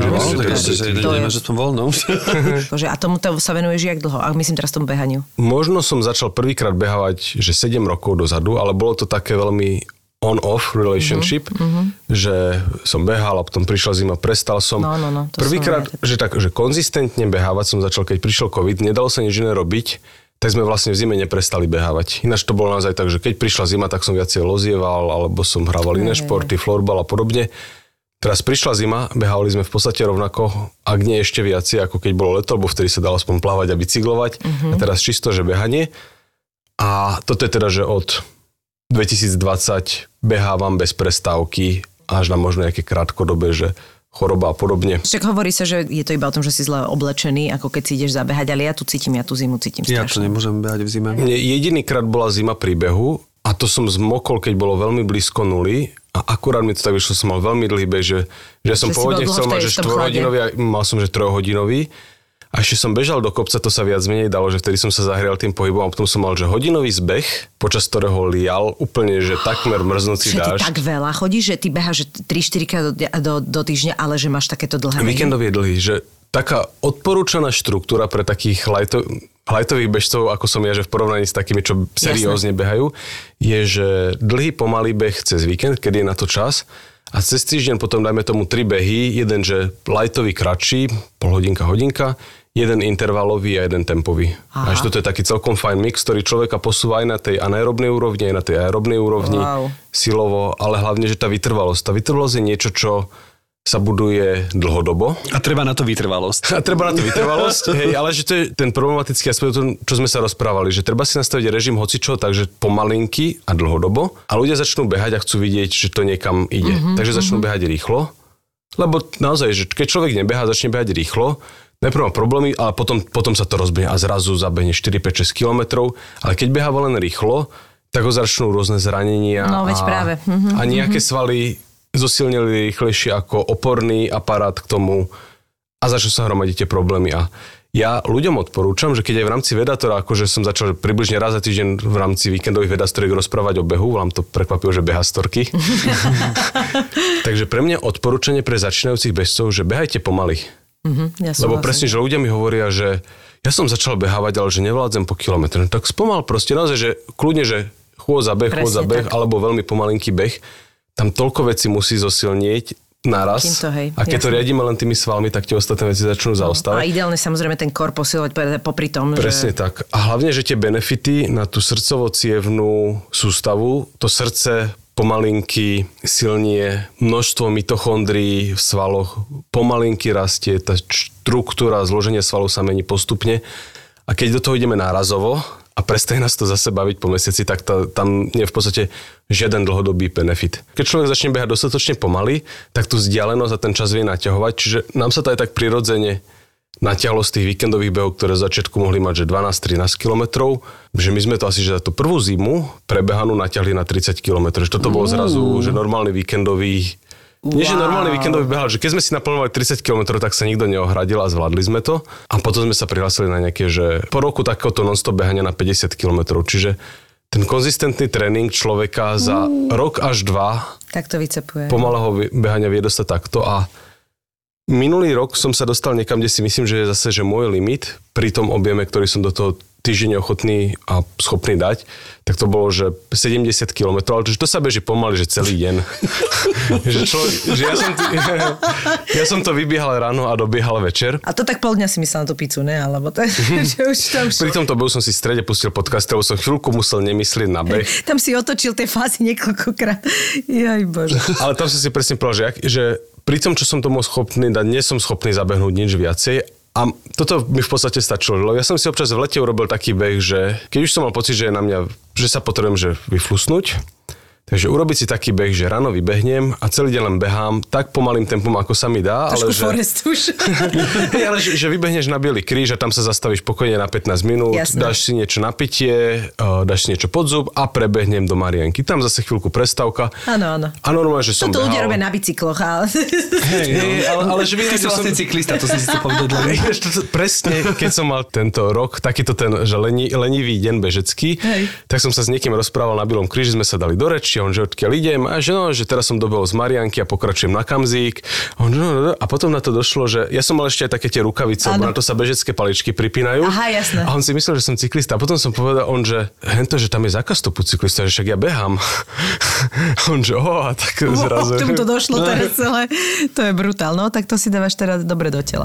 A tomu to sa venuješ jak dlho? A myslím teraz tomu behaniu.
Možno som začal prvýkrát behávať, že sedem rokov dozadu, ale bolo to také veľmi on-off relationship, uh-huh, uh-huh. že som behal a potom prišla zima, prestal som.
No, no, no,
prvýkrát, že tak, že konzistentne behávať som začal, keď prišiel COVID, nedalo sa nič iné robiť, tak sme vlastne v zime neprestali behávať. Ináč to bolo naozaj tak, že keď prišla zima, tak som viacej lozieval, alebo som hrával iné športy, florbal a podobne. Teraz prišla zima, behávali sme v podstate rovnako, ak nie ešte viacej, ako keď bolo leto, lebo vtedy sa dalo aspoň plávať a bicyklovať. Uh-huh. A teraz čisto, že behanie. A toto je teda, že od dvetisícdvadsať behávam bez prestávky až na možno nejaké krátkodobé, že choroba a podobne.
Však hovorí sa, že je to iba o tom, že si zle oblečený, ako keď si ideš zabehať, ale ja tu cítim, ja tú zimu cítim strašne.
Ja to nemôžem behať v zime.
Jediný krát bola zima pri behu a to som zmokol, keď bolo veľmi blízko nuly a akurát mi to tak vyšlo, som mal veľmi dlhý beh, že, že, že som pôvodne chcel mať, že štvorhodinový a mal som, že trojhodinový. A ešte som bežal do kopca, to sa viac menej dalo, že vtedy som sa zahrial tým pohybom a potom som mal, že hodinový zbeh, počas ktorého lial úplne, že takmer mrznúci dážď.
Že ty tak veľa chodíš, že ty beháš že tri štyri krát do, do, do týždňa, ale že máš takéto dlhé.
Víkendov je dlhý, že taká odporúčaná štruktúra pre takých lajto, lajtových bežcov, ako som ja, že v porovnaní s takými, čo seriózne behajú, je, že dlhý pomalý beh cez víkend, kedy je na to čas. A cez týždeň potom dajme tomu tri behy, jeden, že lightový kratší, pol hodinka, hodinka, jeden intervalový a jeden tempový. Aha. Až toto je taký celkom fajn mix, ktorý človeka posúva aj na tej anaerobnej úrovni, aj na tej aerobnej úrovni, wow. silovo, ale hlavne, že tá vytrvalosť. Tá vytrvalosť je niečo, čo sa buduje dlhodobo.
A treba na to vytrvalosť.
A treba na to vytrvalosť, hej, ale že to je ten problematický aspekt, čo sme sa rozprávali, že treba si nastaviť režim hocičo, takže pomalinky a dlhodobo a ľudia začnú behať a chcú vidieť, že to niekam ide. Mm-hmm, takže začnú mm-hmm. behať rýchlo, lebo naozaj, že keď človek nebehá, začne behať rýchlo, najprv má problémy, ale potom, potom sa to rozbehne a zrazu zabehne štyri päť šesť kilometrov, ale keď beháva len rýchlo, tak ho začnú rôzne zranenia
no, veď
a,
práve. Mm-hmm,
a nejaké
mm-hmm.
svaly zosilnili rýchlejšie ako oporný aparát k tomu a začnú sa hromadiť tie problémy. A ja ľuďom odporúčam, že keď aj v rámci Vedatora, akože som začal približne raz za týždeň v rámci víkendových Vedastoriek rozprávať o behu, vám to prekvapilo, že behastorky. Takže pre mňa odporúčanie pre začínajúcich bežcov, že behajte pomaly.
Mm-hmm, ja
Lebo presne, že ľudia mi hovoria, že ja som začal behávať, ale že nevládzem po kilometr. Tak spomal proste, naozaj, že kľudne, že chôdza beh, chôdza beh, tak. Alebo veľmi pomalinký beh. Tam toľko vecí musí zosilnieť naraz.
To, hej,
a keď jasne. To riadíme len tými svalmi, tak tie ostatné veci začnú no. zaostávať.
A ideálne samozrejme ten kor posilovať popri tom.
Presne
že...
tak. A hlavne, že tie benefity na tú srdcovo-cievnú sústavu, to srdce pomalinky silnie, množstvo mitochondrií v svaloch pomalinky rastie, tá štruktúra, zloženie svalov sa mení postupne. A keď do toho ideme nárazovo a prestane nás to zase baviť po mesiaci, tak tá, tam nie je v podstate žiaden dlhodobý benefit. Keď človek začne behať dostatočne pomaly, tak tú vzdialenosť a ten čas vie naťahovať, čiže nám sa to aj tak prirodzene natiahlo z tých víkendových behov, ktoré z začiatku mohli mať že dvanásť trinásť kilometrov, že my sme to asi že za tú prvú zimu prebehanú natiahli na tridsať kilometrov. Že toto bolo zrazu, že normálny víkendový Wow. Nie, že normálny víkendový behal, že keď sme si naplánovali tridsať kilometrov, tak sa nikto neohradil a zvládli sme to. A potom sme sa prihlásili na nejaké, že po roku takéhoto non-stop behania na päťdesiat kilometrov. Čiže ten konzistentný tréning človeka za mm. rok až dva
tak to vycepuje.
Pomalého behania vie dostať takto. A minulý rok som sa dostal niekam, kde si myslím, že je zase že môj limit pri tom objeme, ktorý som do toho týždeň ochotný a schopný dať, tak to bolo, že sedemdesiat kilometrov, ale to sa beží pomaly, že celý deň. že človek, že ja, som, ja som to vybiehal ráno a dobiehal večer.
A to tak pol dňa si myslel na tú pizzu, ne? Alebo to, že už tam šlo.
Pri tomto behu som si v strede pustil podcast, lebo som chvíľku musel nemyslieť na beh.
Tam si otočil tie fázy niekoľkokrát. Jaj Bože.
Ale tam som si presne povedal, že, jak, že pri tom, čo som tomu schopný dať, nie som schopný zabehnúť nič viacej. A toto mi v podstate stačilo, lebo ja som si občas v lete urobil taký beh, že keď už som mal pocit, že je na mňa, že sa potrebujem že vyflusnúť, takže urobiť si taký beh, že ráno vybehnem a celý deň len behám tak pomalým tempom, ako sa mi dá.
Trošku
ale že...
forest už.
Hej, ale že, že vybehneš na Bielý kríž a tam sa zastavíš pokojne na pätnásť minút, jasne. Dáš si niečo na pitie, dáš si niečo pod zub a prebehnem do Marianky. Tam zase chvíľku prestávka.
Áno, áno.
A normálne, že som
Toto
behal.
ľudia robia na bicykloch. Ale...
Hej, hej, ale, ale že
Ty som vlastne cyklista, to si si povedať.
Presne, keď som mal tento rok, takýto ten, že leni, lenivý deň bežecký, hej. Tak som sa s niekým rozprával na Bielom kríži, sme sa dali do reči, on že odkiaľ idem, a že no, že teraz som dobehol z Marianky a pokračujem na Kamzík. A potom na to došlo, že ja som mal ešte aj také tie rukavice, lebo na to sa bežecké paličky pripínajú.
Aha, jasné.
A on si myslel, že som cyklista. A potom som povedal on, že hento, že tam je zákaz stopu cyklista, že však ja behám. On, že o, a tak zrazu.
K tomu to došlo teraz celé. To je brutál. No, tak to si dávaš teraz dobre do tela.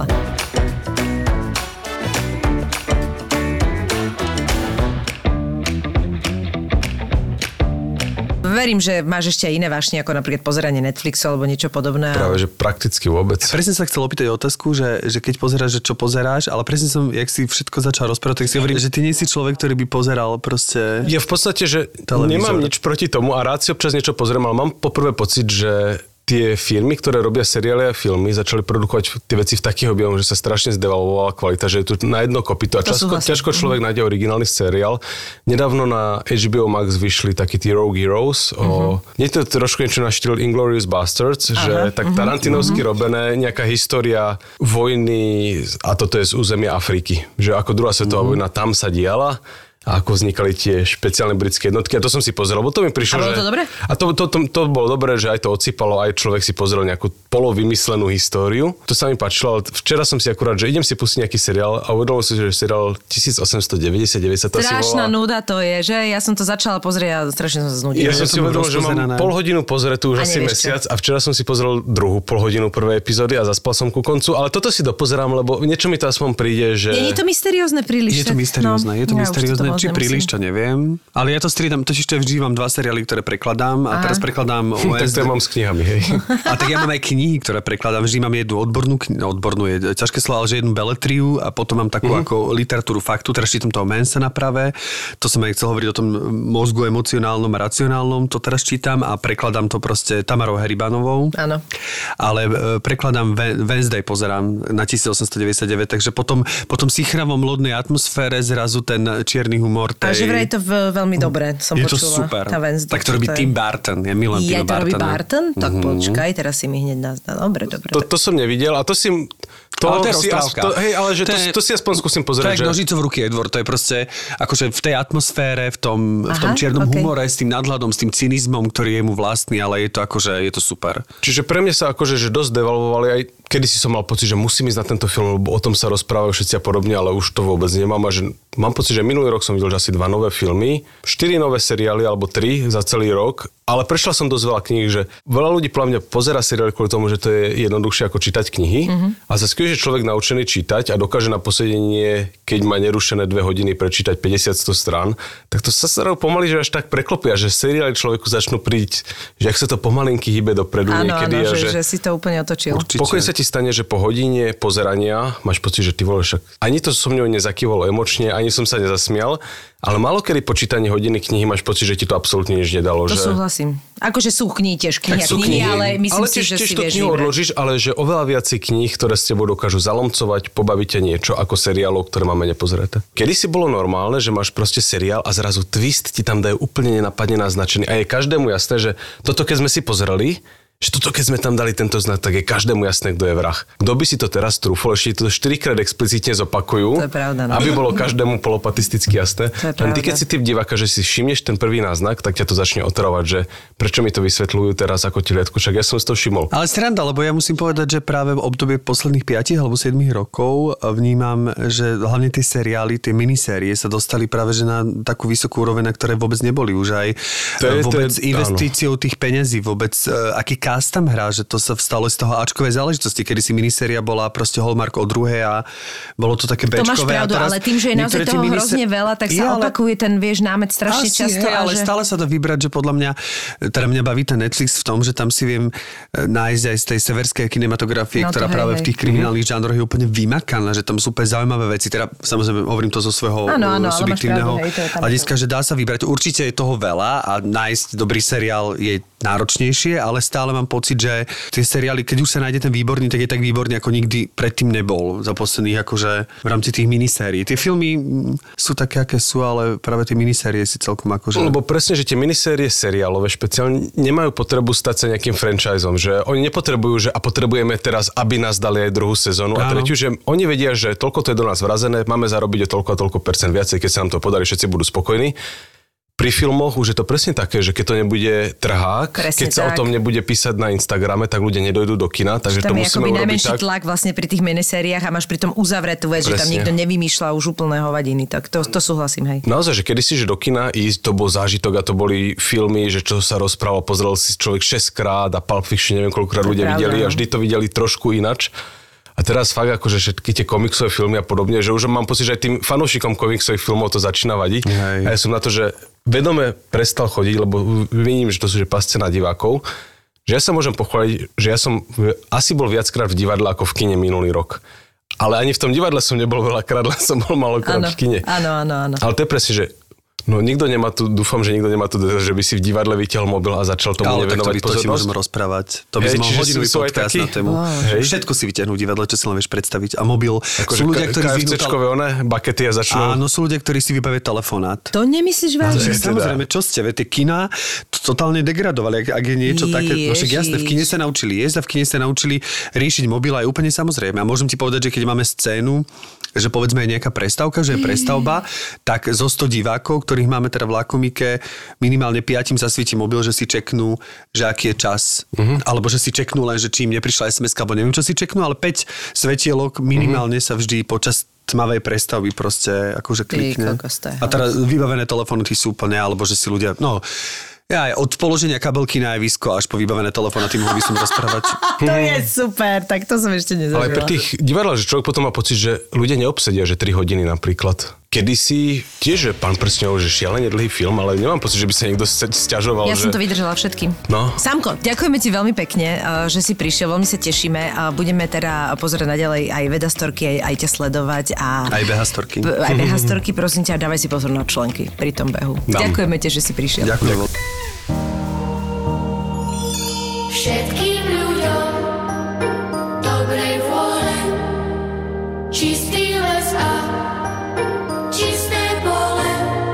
Verím, že máš ešte aj iné vášne, ako napríklad pozeranie Netflixu alebo niečo podobné.
Práve, že prakticky vôbec.
Presne sa chcel opýtať otázku, že, že keď pozeráš, že čo pozeráš, ale presne som, jak si všetko začal rozprávať, tak si hovorím, že ty nie si človek, ktorý by pozeral proste...
Ja v podstate, že televízor. Nemám nič proti tomu a rád si občas niečo pozriem, ale mám poprvé pocit, že tie firmy, ktoré robia seriály a filmy, začali produkovať tie veci v takých objemoch, že sa strašne zdevalvovala kvalita, že je tu na jedno kopyto a časko, ťažko človek nájde originálny seriál. Nedávno na há bé ó Max vyšli takí tí Rogue Heroes. Uh-huh. O, nie to trošku niečo na štýl Inglourious Basterds, uh-huh. že tak tarantinovsky uh-huh. robené, nejaká história vojny a toto je z územia Afriky. Že ako druhá svetová uh-huh. vojna tam sa diala. A ako vznikali tie špeciálne britské jednotky. A to som si pozrel, lebo to mi prišlo,
a bolo
že...
to dobre?
A to, to, to, to bolo dobré, že aj to odsýpalo, aj človek si pozrel nejakú polovymyslenú históriu. To sa mi páčilo, ale včera som si akurát, že idem si pustiť nejaký seriál a uvedomil si, že seriál tisícosemstodeväťdesiatdeväť sa to asi volá.
Strašná nuda to je, že? Ja som to začala pozrieť a strašne som sa znudila.
Ja, ja som si uvedomil, že mám pol hodinu pozretú už asi mesiac a včera som si pozrel druhú pol hodinu prvej epizódy a zaspal som ku koncu, ale toto si dopozerám, lebo niečo mi to aspoň príde, že...
Nie je to mysteriózne príliš.
Je to mysteriózne, no, je to mysteriózne, či príliš to neviem. Ale ja to striedam, totiž to vždy mám dva seriály, ktoré prekladám a teraz prekladám ó es dé.
Tak to ja mám s knihami, hej.
A tak ja mám aj knihy, ktoré prekladám. Vždy mám jednu odbornú, odbornú je ťažké slovo, ale že jednu beletriu a potom mám takú mm-hmm. ako literatúru faktu. Teraz čítam toho Mansona práve. To som aj chcel hovoriť o tom mozgu emocionálnom a racionálnom. To teraz čítam a prekladám to proste Tamarou Heribanovou.
Áno.
Ale prekladám Wednesday, pozerám na tisícosemstodeväťdesiatdeväť, takže potom, potom sichravom lodnej atmosfére zrazu ten čierny humor. Tej...
A že vraj to v, veľmi dobre som
je
počula.
Je to super.
Tá Wednesday,
tak to robí Tim Burton. Ja milujem Tima Burtona.
Ja to robí Burton? Tak mm-hmm. počkaj, teraz si mi hneď nazdá. Dobre, dobre.
To, to som nevidel a to si... To,
ale to je
si, to, hej, ale že to, to, to si aspoň skúsim pozrieť.
To je že... nožicou v ruky, Edward. To je proste akože v tej atmosfére, v tom, Aha, v tom čiernom okay. humore, s tým nadhľadom, s tým cynizmom, ktorý je mu vlastný, ale je to akože, je to super.
Čiže pre mňa sa akože že dosť devalvovali aj kedy si som mal pocit, že musím ísť na tento film, lebo o tom sa rozprávajú všetci a podobne, ale už to vôbec nemám a že mám pocit, že minulý rok som videl asi dva nové filmy, štyri nové seriály alebo tri za celý rok, ale prešla som dosť veľa kníh, že veľa ľudí podľa mňa pozerá seriály kvôli tomu, že to je jednoduchšie ako čítať knihy mm-hmm. a zase keď je človek naučený čítať a dokáže na posedenie, keď má nerušené dve hodiny prečítať päťdesiat sto strán, tak to sa sa pomaly, že až tak preklopia, že seriály človeku začnú príť, že ak sa to pomalinky hýbe dopredu
áno,
niekedy.
Áno,
že,
že, že si to úplne otočil.
Pokojne sa ti stane, že po hodine pozerania máš pocit, že ty vole však ani to so mňou nezakývalo emočne, ani som sa nezasmial, ale málo kedy po čítaní hodiny knihy máš pocit, že ti to absolútne nič nedalo.
To
že...
súhlasím. Akože sú knihy tiež knihy, knihy, ale myslím
ale
si,
tiež,
že
tiež
si
to
vieš
knihu
vybrať.
odložíš, ale že oveľa viacej kníh, ktoré s tebou dokážu zalomcovať, pobaviť ťa niečo ako seriálov, ktoré máme nepozreté. Kedy si bolo normálne, že máš proste seriál a zrazu twist ti tam dajú úplne nenapadne naznačený a je každému jasné, že toto keď sme si pozreli, že toto keď sme tam dali tento znak, tak je každému jasné, kto je vrah. Kto by si to teraz trúfol, ešte to štyrikrát explicitne zopakujú,
to je pravda, no.
aby bolo každému polopatisticky jasné. Len ty, keď si typ diváka, že si všimneš ten prvý náznak, tak ťa to začne otravovať, že prečo mi to vysvetľujú teraz ako teliatku, však ja som si to všimol.
Ale sranda, lebo ja musím povedať, že práve v období posledných piatich alebo siedmich rokov vnímam, že hlavne tie seriály, tie minisérie sa dostali práve že na takú vysokú úroveň, na ktoré vôbec neboli už aj to je, vôbec to je, investíciou áno. tých peňazí, vôbec aký cast tam hrá, že to sa vstalo z toho áčkovej záležitosti, kedy si miniséria bola proste Hallmark o druhej a bolo to také béčkové.
To máš pravdu, ale tým, že je naozaj toho minisérie... hrozne veľa, tak sa ja, ale... opakuje ten, vieš, námet strašne
Asi,
často.
Hej, ale
že...
stále sa to vybrať, že podľa mňa, teda mňa baví ten Netflix v tom, že tam si viem nájsť aj z tej severskej kinematografie, no, ktorá hej, práve hej. v tých kriminálnych žánroch je úplne vymakaná, že tam sú úplne zaujímavé veci. Teda samozrejme hovorím to zo svojho ano, ano, subjektívneho hľadiska, že dá sa vybrať. Určite je toho veľa a nájsť dobrý seriál je náročnejšie, ale stále mám pocit, že tie seriály, keď už sa nájde ten výborný, tak je tak výborný, ako nikdy predtým nebol za posledných akože v rámci tých minisérií. Tie filmy sú také, aké sú, ale práve tie minisérie si celkom akože...
Lebo presne, že tie minisérie seriálové špeciálne nemajú potrebu stať sa nejakým franchiseom, že oni nepotrebujú, že a potrebujeme teraz, aby nás dali aj druhú sezónu a tretiu, že oni vedia, že toľko to je do nás vrazené, máme zarobiť o toľko a toľko percent viacej, keď sa nám to podarí, všetci budú spokojní. Pri filmoch už je to presne také, že keď to nebude trhák, presne keď sa tak. O tom nebude písať na Instagrame, tak ľudia nedojdú do kina, takže to musíme urobiť
najmenší
tak.
Tlak vlastne pri tých minisériách a máš pri tom uzavretú vec, presne. Že tam niekto nevymýšľa už úplné hovadiny, tak to, to súhlasím, hej.
Naozaj, že kedysi, že do kina ísť, to bol zážitok a to boli filmy, že čo sa rozprával, pozrel si človek šesťkrát a Pulp Fiction, neviem koľkokrát ľudia pravda, videli a vždy to videli trošku inač. A teraz fakt akože všetky tie komiksové filmy a podobne, že už mám pocit, že aj tým fanúšikom komiksových filmov to začína vadiť. Hej. A ja som na to, že vedome prestal chodiť, lebo vidím, že to sú že pasce na divákov, že ja sa môžem pochváliť, že ja som asi bol viackrát v divadle ako v kine minulý rok. Ale ani v tom divadle som nebol veľakrát, len som bol malokrát v kine.
Áno, áno, áno.
Ale to je presne, že no nikto nemá tu, dúfam, že nikto nemá tu, že by si v divadle vytiaľ mobil a začal tomu nevenovať pozornosť. Ale to si môžeme
rozprávať. To by hey, si mal hodinový podcast na tému. Oh, hey. Všetko si vyťahnú v divadle, čo si len vieš predstaviť. A mobil.
Ako
sú ľudia, ktorí
ká ef céčkové one, bakety a začnú.
Áno, sú ľudia, ktorí si vybavia telefonát.
To nemyslíš vážne?
Samozrejme, čo ste, tie kina totálne degradovali, ak, ak je niečo Ježiš. Také. No však jasné, v kine sa naučili jesť a v kine sa naučili riešiť mobil aj úplne samozrejme. A môžem ti povedať, že keď máme scénu, že povedzme je nejaká prestávka, že je prestavba, tak zo sto divákov, ktorých máme teda v Lakomike, minimálne piatim zasvieti mobil, že si čeknú, že aký je čas. Uh-huh. Alebo že si čeknú len, že či im neprišla es em eska, alebo neviem, čo si čeknú, ale päť svetielok minimálne uh-huh. sa vždy počas tmavej prestavby proste akože klikne. A teda vybavené telefóny sú úplne, alebo že si ľudia, no... Ja aj od položenia kabelky na javisko až po vybavené telefóny, mohol by som rozprávať.
To je super, tak to som ešte nezažila.
Ale pri tých divadlách, že človek potom má pocit, že ľudia neobsedia, že tri hodiny napríklad. Kedysi tiež, že Pán prstňov, že šialene dlhý film, ale nemám pocit, že by sa niekto sťažoval.
Ja
že...
som to vydržala všetkým.
No.
Samko, ďakujeme ti veľmi pekne, že si prišiel, veľmi sa tešíme. Budeme teda pozerať naďalej aj Vedastorky, aj, aj ťa sledovať. A...
Aj Behastorky.
Aj Behastorky, prosím ťa, dávaj si pozor na členky pri tom behu. Dám. Ďakujeme ti, že si prišiel.
Ďakujem.
Všetkým ľuďom dobrej vôle, čistý les a čisté pole.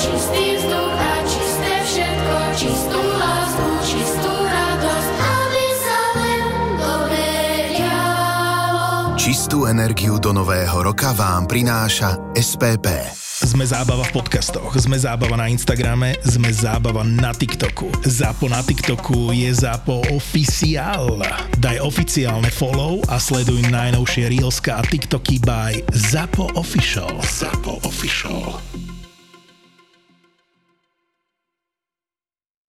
čistý vzduch a čisté všetko, čistú lásku, čistú radosť, aby sa len dobre dialo.
Čistú energiu do nového roka vám prináša es pé pé.
Sme zábava v podcastoch, sme zábava na Instagrame, sme zábava na TikToku. Zápo na TikToku je Zápo oficiál. Daj oficiálne follow a sleduj najnovšie reelska a TikToky by Zápo Official. Zápo Official.